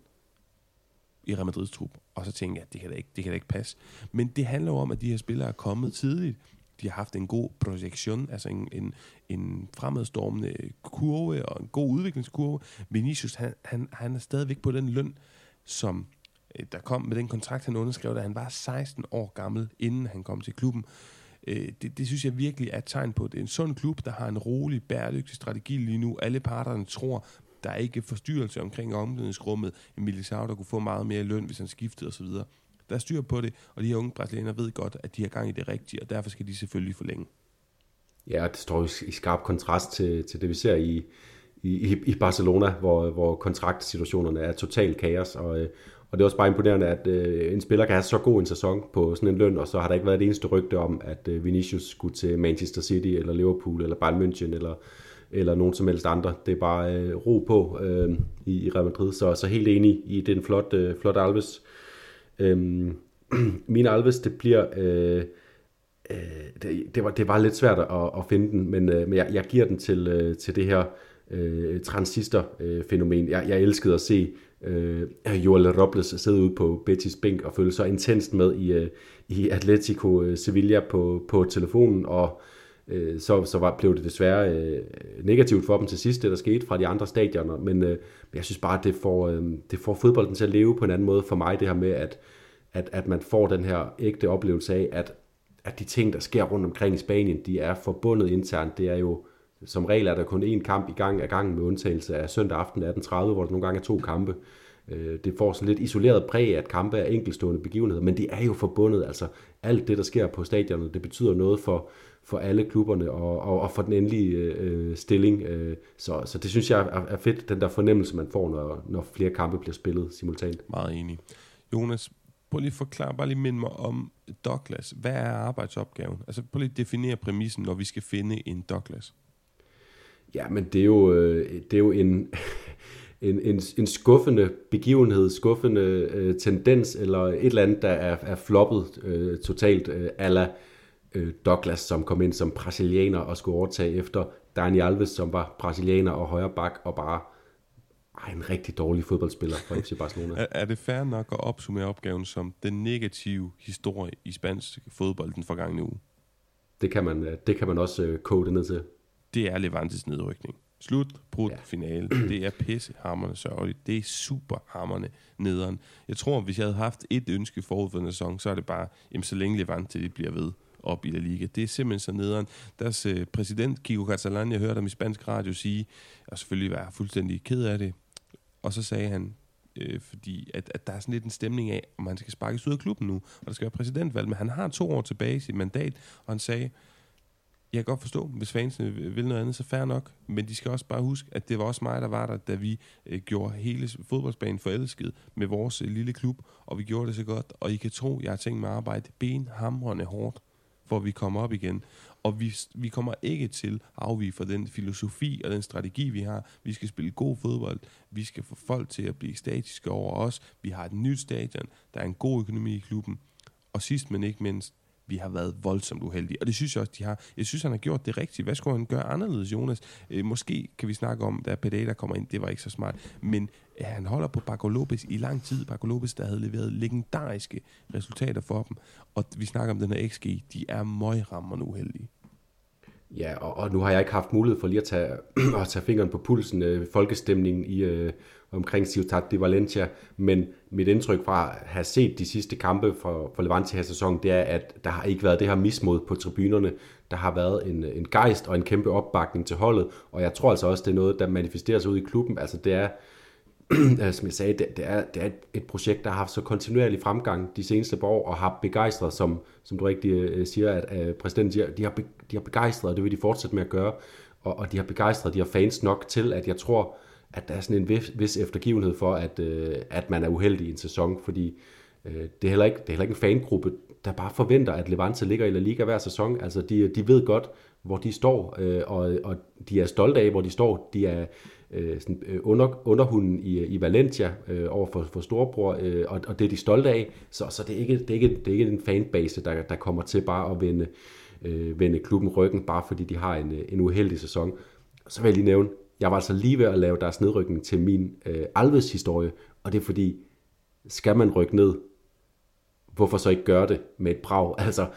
i Real Madrids trup. Og så tænkte jeg, det kan da ikke passe. Men det handler jo om, at de her spillere er kommet tidligt. De har haft en god projektion, altså en fremadstormende kurve og en god udviklingskurve. Vinicius, han er stadigvæk på den løn, som der kom med den kontrakt, han underskrev, da han var 16 år gammel, inden han kom til klubben. Det synes jeg virkelig er et tegn på, det er en sund klub, der har en rolig, bæredygtig strategi lige nu. Alle parterne tror, der er ikke forstyrrelse omkring omklædningsrummet. Emil Isau, der kunne få meget mere løn, hvis han skiftede osv. Der er styr på det, og de her unge brasilianere ved godt, at de har gang i det rigtige, og derfor skal de selvfølgelig forlænge. Ja, det står i skarp kontrast til det, vi ser i Barcelona, hvor kontraktsituationerne er totalt kaos, og det er også bare imponerende, at en spiller kan have så god en sæson på sådan en løn, og så har der ikke været det eneste rygte om, at Vinicius skulle til Manchester City, eller Liverpool, eller Bayern München, eller nogen som helst andre. Det er bare ro på i Real Madrid, så helt enig i den flot Alves. Min Alves, det bliver... det var lidt svært at finde den, men jeg giver den til det her transistor-fænomen. Jeg elskede at se Joel Robles sidde ude på Betis bænk og følge så intenst med i Atletico Sevilla på telefonen, og blev det desværre negativt for dem til sidst, det der skete fra de andre stadioner, men jeg synes bare, at det får fodbolden til at leve på en anden måde for mig, det her med, at man får den her ægte oplevelse af, at de ting, der sker rundt omkring i Spanien, de er forbundet internt. Det er jo, som regel er der kun én kamp i gang af gangen, med undtagelse af søndag aften 18.30, hvor der nogle gange er 2 kampe. Det får sådan lidt isoleret præg, at kampe er enkeltstående begivenheder, men det er jo forbundet. Altså alt det, der sker på stadionet, det betyder noget for alle klubberne og for den endelige stilling. Så det synes jeg er fedt, den der fornemmelse, man får, når flere kampe bliver spillet simultant. Meget enig. Jonas, prøv lige at forklare, bare lige minde mig om Douglas. Hvad er arbejdsopgaven? Altså prøv lige at definere præmissen, når vi skal finde en Douglas. Ja, men det er jo en skuffende begivenhed, skuffende tendens, eller et eller andet, der er floppet totalt a la Douglas, som kom ind som brasilianer og skulle overtage efter Dani Alves, som var brasilianer og højre bak, og bare en rigtig dårlig fodboldspiller for FC Barcelona. Er det fair nok at opsummere opgaven som den negative historie i spansk fodbold den forgangne uge? Det kan man også kode ned til. Det er Levantes nedrykning. Finale. Det er pissehamrende sørgeligt. Det er super hamrende nederen. Jeg tror, hvis jeg havde haft et ønske forud for den sæson, så er det bare, så længe Levante det bliver ved op i La Liga. Det er simpelthen så nederen. Deres præsident, Kiko Catalan, jeg hørte ham i spansk radio sige, og selvfølgelig var jeg fuldstændig ked af det, og så sagde han, fordi at der er sådan lidt en stemning af, om han skal sparkes ud af klubben nu, og der skal være præsidentvalg, men han har 2 år tilbage i sit mandat, og han sagde, jeg kan godt forstå, hvis fansene vil noget andet, så fair nok, men de skal også bare huske, at det var også mig, der var der, da vi gjorde hele fodboldsbanen forelsket med vores lille klub, og vi gjorde det så godt, og I kan tro, jeg har tænkt mig at arbejde benhamrende hårdt, for vi kommer op igen. Og vi kommer ikke til at afvige fra den filosofi og den strategi, vi har. Vi skal spille god fodbold. Vi skal få folk til at blive statiske over os. Vi har et nyt stadion. Der er en god økonomi i klubben. Og sidst, men ikke mindst, vi har været voldsomt uheldige. Og det synes jeg også, de har. Jeg synes, han har gjort det rigtigt. Hvad skulle han gøre anderledes, Jonas? Måske kan vi snakke om, da Pereira kommer ind. Det var ikke så smart. Men han holder på Paco Lopez i lang tid. Paco Lopez, der havde leveret legendariske resultater for dem. Og vi snakker om den her XG. De er møgrammerende uheldige. Ja, og nu har jeg ikke haft mulighed for lige at tage fingeren på pulsen, folkestemningen omkring Ciutat de Valencia, men mit indtryk fra at have set de sidste kampe for Levante her sæson, det er, at der har ikke været det her mismod på tribunerne. Der har været en gejst og en kæmpe opbakning til holdet, og jeg tror altså også, det er noget, der manifesterer sig ud i klubben. Altså det er, som jeg sagde, det er et projekt, der har haft så kontinuerlig fremgang de seneste par år, og har begejstret, som du rigtig siger, at præsidenten siger, de har begejstret, og det vil de fortsætte med at gøre, og de har begejstret, de har fans nok til, at jeg tror, at der er sådan en vis eftergivenhed for, at man er uheldig i en sæson, fordi det er heller ikke en fangruppe, der bare forventer, at Levante ligger i La Liga hver sæson. Altså de ved godt, hvor de står, og de er stolte af, hvor de står. De er underhunden i Valencia over for storebror, og det er de stolte af. Så det er ikke en fanbase, der kommer til bare at vende klubben ryggen, bare fordi de har en uheldig sæson. Så vil jeg lige nævne, jeg var altså lige ved at lave deres nedrykning til min Alves historie, og det er fordi, skal man rykke ned, hvorfor så ikke gøre det med et brag? Altså,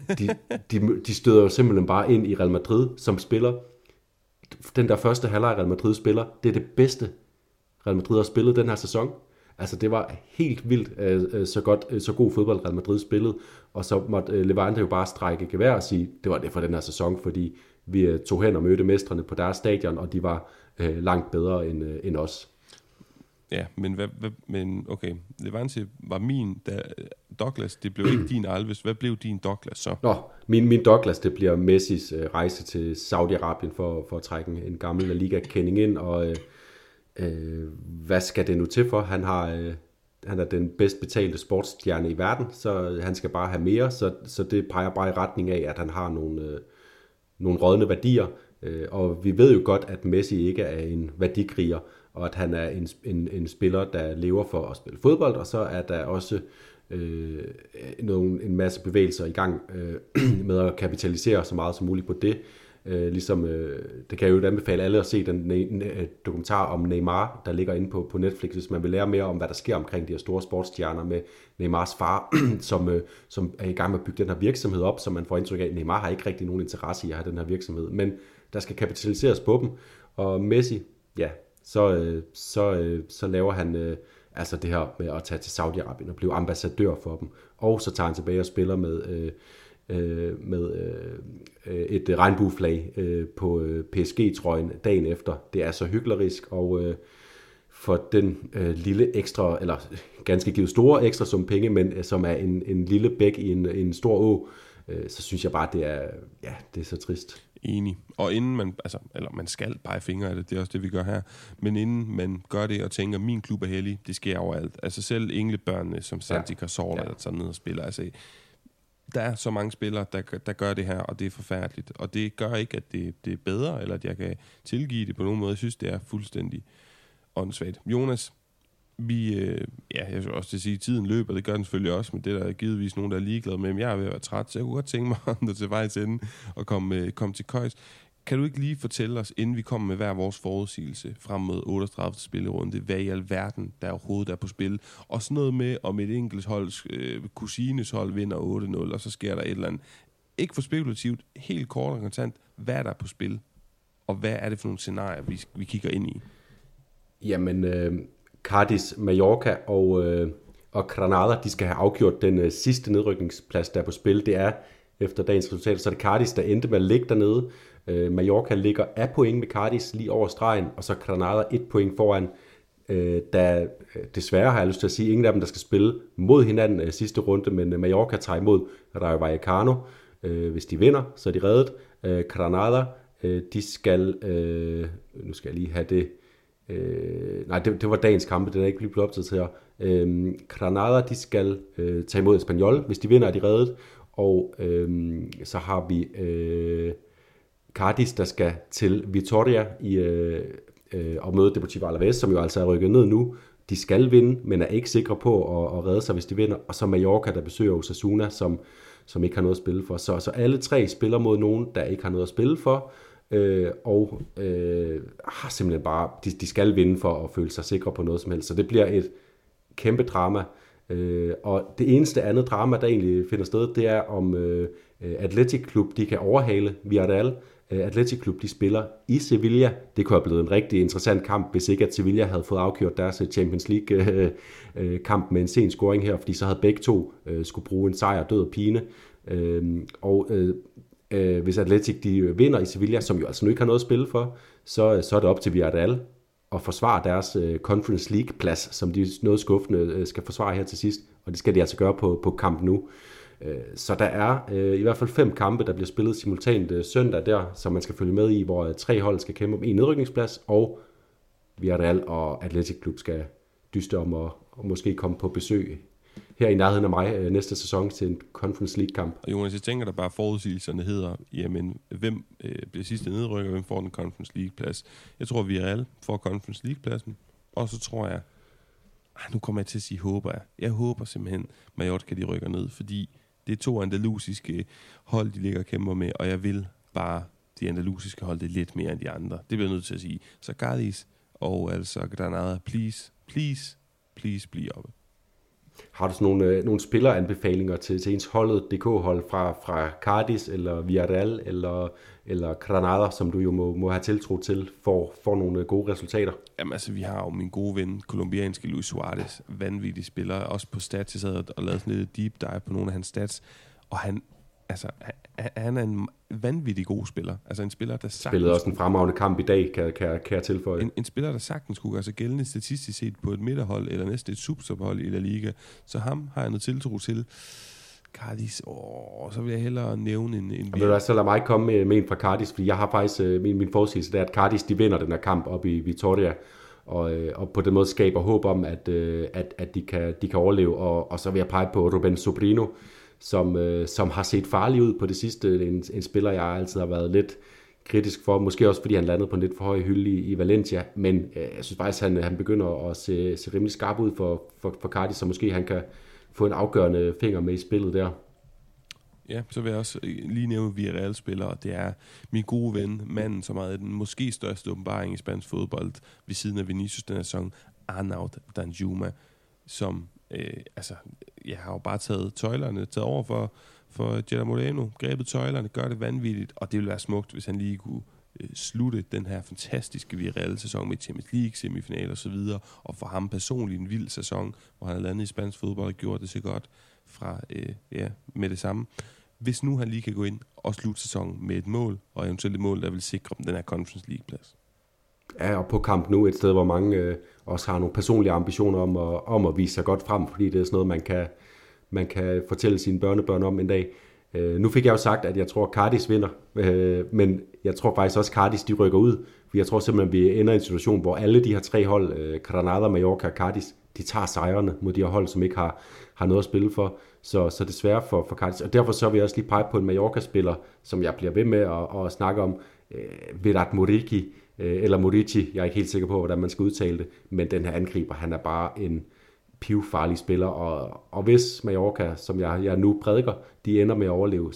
de støder jo simpelthen bare ind i Real Madrid, som spiller. Den der første halvleg Real Madrid spiller, det er det bedste Real Madrid har spillet den her sæson. Altså det var helt vildt så god fodbold Real Madrid spillede, og så måtte Levante jo bare strække gevær og sige, det var det for den her sæson, fordi vi tog hen og mødte mestrene på deres stadion, og de var langt bedre end os. Ja, men okay, Levante var min, Douglas, det blev ikke din Alves. Hvad blev din Douglas så? Nå, min Douglas, det bliver Messis rejse til Saudi-Arabien for at trække en gammel La Liga-kending ind, og hvad skal det nu til for? Han er den bedst betalte sportsstjerne i verden, så han skal bare have mere, så det peger bare i retning af, at han har nogle rådne værdier, og vi ved jo godt, at Messi ikke er en værdikriger, og at han er en spiller, der lever for at spille fodbold, og så er der også en masse bevægelser i gang med at kapitalisere så meget som muligt på det. Det kan jeg jo anbefale alle at se den dokumentar om Neymar, der ligger inde på Netflix, hvis man vil lære mere om, hvad der sker omkring de her store sportsstjerner med Neymars far, som er i gang med at bygge den her virksomhed op, så man får indtryk af, at Neymar har ikke rigtig nogen interesse i at have den her virksomhed, men der skal kapitaliseres på dem, og Messi, ja, så laver han altså det her med at tage til Saudi-Arabien og blive ambassadør for dem, og så tager han tilbage og spiller med et regnbueflag på PSG-trøjen dagen efter. Det er så hyklerisk, og for den lille ekstra, eller ganske givet store ekstra sum penge, men som er en lille bæk i en stor å, så synes jeg bare, det er så trist. Enig. Og inden man skal pege fingre af det, det er også det, vi gør her, men inden man gør det og tænker, min klub er hellig, det sker overalt. Altså selv englebørnene, som Santi Cazorla, der tager ned og spiller, altså der er så mange spillere, der gør det her, og det er forfærdeligt. Og det gør ikke, at det er bedre, eller at jeg kan tilgive det på nogen måde. Jeg synes, det er fuldstændig åndssvagt. Jonas, jeg vil også sige, at tiden løber, det gør den selvfølgelig også, men det er der givetvis nogen, der er ligeglade med. Men jeg er ved at være træt, så jeg kunne godt tænke mig at til vejs ende og komme til køjs. Kan du ikke lige fortælle os, inden vi kommer med hver vores forudsigelse frem mod 38. spillerunde, hvad i alverden der overhovedet er på spil? Og sådan noget med, om et enkelt holds kusines hold vinder 8-0, og så sker der et eller andet. Ikke for spekulativt, helt kort og kontant, hvad er der på spil? Og hvad er det for nogle scenarier, vi kigger ind i? Jamen, Cardis, Mallorca og Granada, de skal have afgjort den sidste nedrykningsplads, der er på spil. Det er efter dagens resultat, så er det Cardis, der endte med at ligge dernede. Mallorca ligger af point med Cardis lige over stregen, og så Granada 1 point foran. Der desværre har jeg lyst til at sige, ingen af dem, der skal spille mod hinanden sidste runde, men Mallorca tager imod Rayo Vallecano. Hvis de vinder, så er de reddet. Granada, de skal, nu skal jeg lige have det, det var dagens kampe, den er ikke lige blevet optaget til her. Granada, de skal tage imod Espanyol. Hvis de vinder, er de reddet. Og så har vi Cardis, der skal til Vitoria og møde Deportivo Alaves, som jo altså er rykket ned nu. De skal vinde, men er ikke sikre på at redde sig, hvis de vinder. Og så Mallorca, der besøger Osasuna, som ikke har noget at spille for. Så alle tre spiller mod nogen, der ikke har noget at spille for. Og har simpelthen bare, de skal vinde for at føle sig sikre på noget som helst. Så det bliver et kæmpe drama. Og det eneste andet drama, der egentlig finder sted, det er om Athletic Club, de kan overhale Villarreal. Athletic Club, de spiller i Sevilla. Det kunne have blevet en rigtig interessant kamp, hvis ikke at Sevilla havde fået afgjort deres Champions League kamp med en sen scoring her, fordi så havde begge to skulle bruge en sejr, død og pine. Hvis Athletic de vinder i Sevilla, som jo altså nu ikke har noget at spille for, så er det op til Villarreal at forsvare deres Conference League-plads, som de noget skuffende skal forsvare her til sidst, og det skal de altså gøre på kamp nu. Så der er i hvert fald 5 kampe, der bliver spillet simultant søndag der, som man skal følge med i, hvor 3 hold skal kæmpe om en nedrykningsplads, og Villarreal og Athletic Club skal dyste om at måske komme på besøg her i nærheden af mig næste sæson til en Conference League-kamp. Og Jonas, jeg tænker, der bare forudsigelserne hedder, jamen, hvem bliver sidste nedrykker, hvem får den Conference League-plads? Jeg tror, Villarreal får Conference League-pladsen, og så tror jeg, nu kommer jeg til at sige, jeg håber simpelthen, Mallorca de rykker ned, fordi det er 2 andalusiske hold, de ligger og kæmper med, og jeg vil bare de andalusiske hold det lidt mere end de andre. Det bliver jeg nødt til at sige. Så Cardis og altså Granada, please, bliv oppe. Har du sådan nogle spilleranbefalinger til ens holdet, DK-hold fra Cardis, eller Villarreal, eller Granada, som du jo må have tiltro til, for nogle gode resultater? Jamen altså, vi har jo min gode ven, kolumbianske Luis Suarez, vanvittig spiller, også på stats. Jeg sad og lavede sådan lidt deep dive på nogle af hans stats, og han er en vanvittig god spiller. Altså en spiller, der sagtens... Spillede også en fremragende kamp i dag, kan jeg tilføje. En spiller, der sagtens kunne gøre sig gældende statistisk set på et midterhold, eller næsten et subtophold i La Liga. Så ham har jeg noget tiltro til. Cardis, så vil jeg hellere nævne en så lad mig komme med en fra Cardis, fordi jeg har faktisk min forudsigelse, det er, at Cardis de vinder den her kamp op i Vitoria, og på den måde skaber håb om, at de kan overleve. Og så vil jeg pege på Ruben Sobrino, som har set farlig ud på det sidste. En spiller, jeg altid har været lidt kritisk for, måske også fordi han landede på en lidt for høj hylde i Valencia, men jeg synes faktisk, han begynder at se rimelig skarp ud for Cardis, så måske han kan få en afgørende finger med i spillet der. Ja, så vil jeg også lige nævne Villarreal-spillere. Det er min gode ven, manden, som har den måske største åbenbaring i spansk fodbold ved siden af Vinicius den her sæson, Arnaud Danjuma, som jeg har jo bare taget over for Gerard Moreno, grebet tøjlerne, gør det vanvittigt, og det ville være smukt, hvis han lige kunne slutte den her fantastiske Villarreal-sæson med Champions League, semifinaler og så videre, og for ham personligt en vild sæson, hvor han har landet i spansk fodbold og gjort det så godt fra med det samme. Hvis nu han lige kan gå ind og slutte sæsonen med et mål, og eventuelt et mål, der vil sikre dem den her Conference League-plads. Ja, og på Camp Nou, et sted, hvor mange også har nogle personlige ambitioner om at vise sig godt frem, fordi det er sådan noget, man kan fortælle sine børnebørn om en dag. Nu fik jeg jo sagt, at jeg tror, Cardis vinder, men jeg tror faktisk også, Cardis de rykker ud, for jeg tror simpelthen, vi ender i en situation, hvor alle de her tre hold, Granada, Mallorca og Cardis, de tager sejrene mod de her hold, som ikke har noget at spille for. Så desværre for Cardis. Og derfor så vil jeg også lige pege på en Mallorca-spiller, som jeg bliver ved med at snakke om, Vedat Muriqi, eller Muriqi, jeg er ikke helt sikker på, hvordan man skal udtale det, men den her angriber, han er bare en pivfarlig spiller, og hvis Mallorca, som jeg nu prædiker, de ender med at overleve,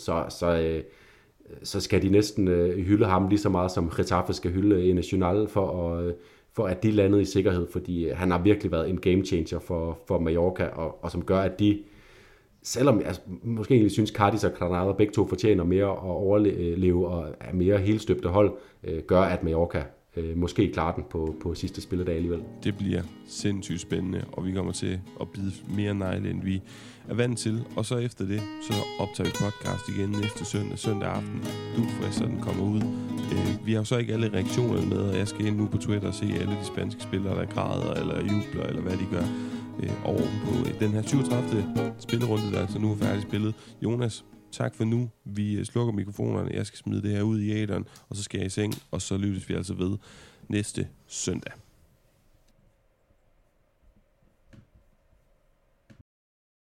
så skal de næsten hylde ham lige så meget, som Getafe skal hylde Nacional for at de landede i sikkerhed, fordi han har virkelig været en game changer for Mallorca, og som gør, at de, selvom jeg måske egentlig synes, Cardis og Granada begge to fortjener mere at overleve og er mere helstøbte hold, gør, at Mallorca måske klarer den på sidste spilledag alligevel. Det bliver sindssygt spændende, og vi kommer til at bide mere negle, end vi er vant til. Og så efter det, så optager vi podcast igen næste søndag aften. Dugfrisk, så den kommer ud. Vi har jo så ikke alle reaktionerne med, og jeg skal ind nu på Twitter og se alle de spanske spillere, der græder eller jubler, eller hvad de gør over på den her 37. spillerunde, der altså nu er færdig spillet. Jonas, tak for nu. Vi slukker mikrofonerne. Jeg skal smide det her ud i æteren, og så skal jeg i seng, og så lyttes vi altså ved næste søndag.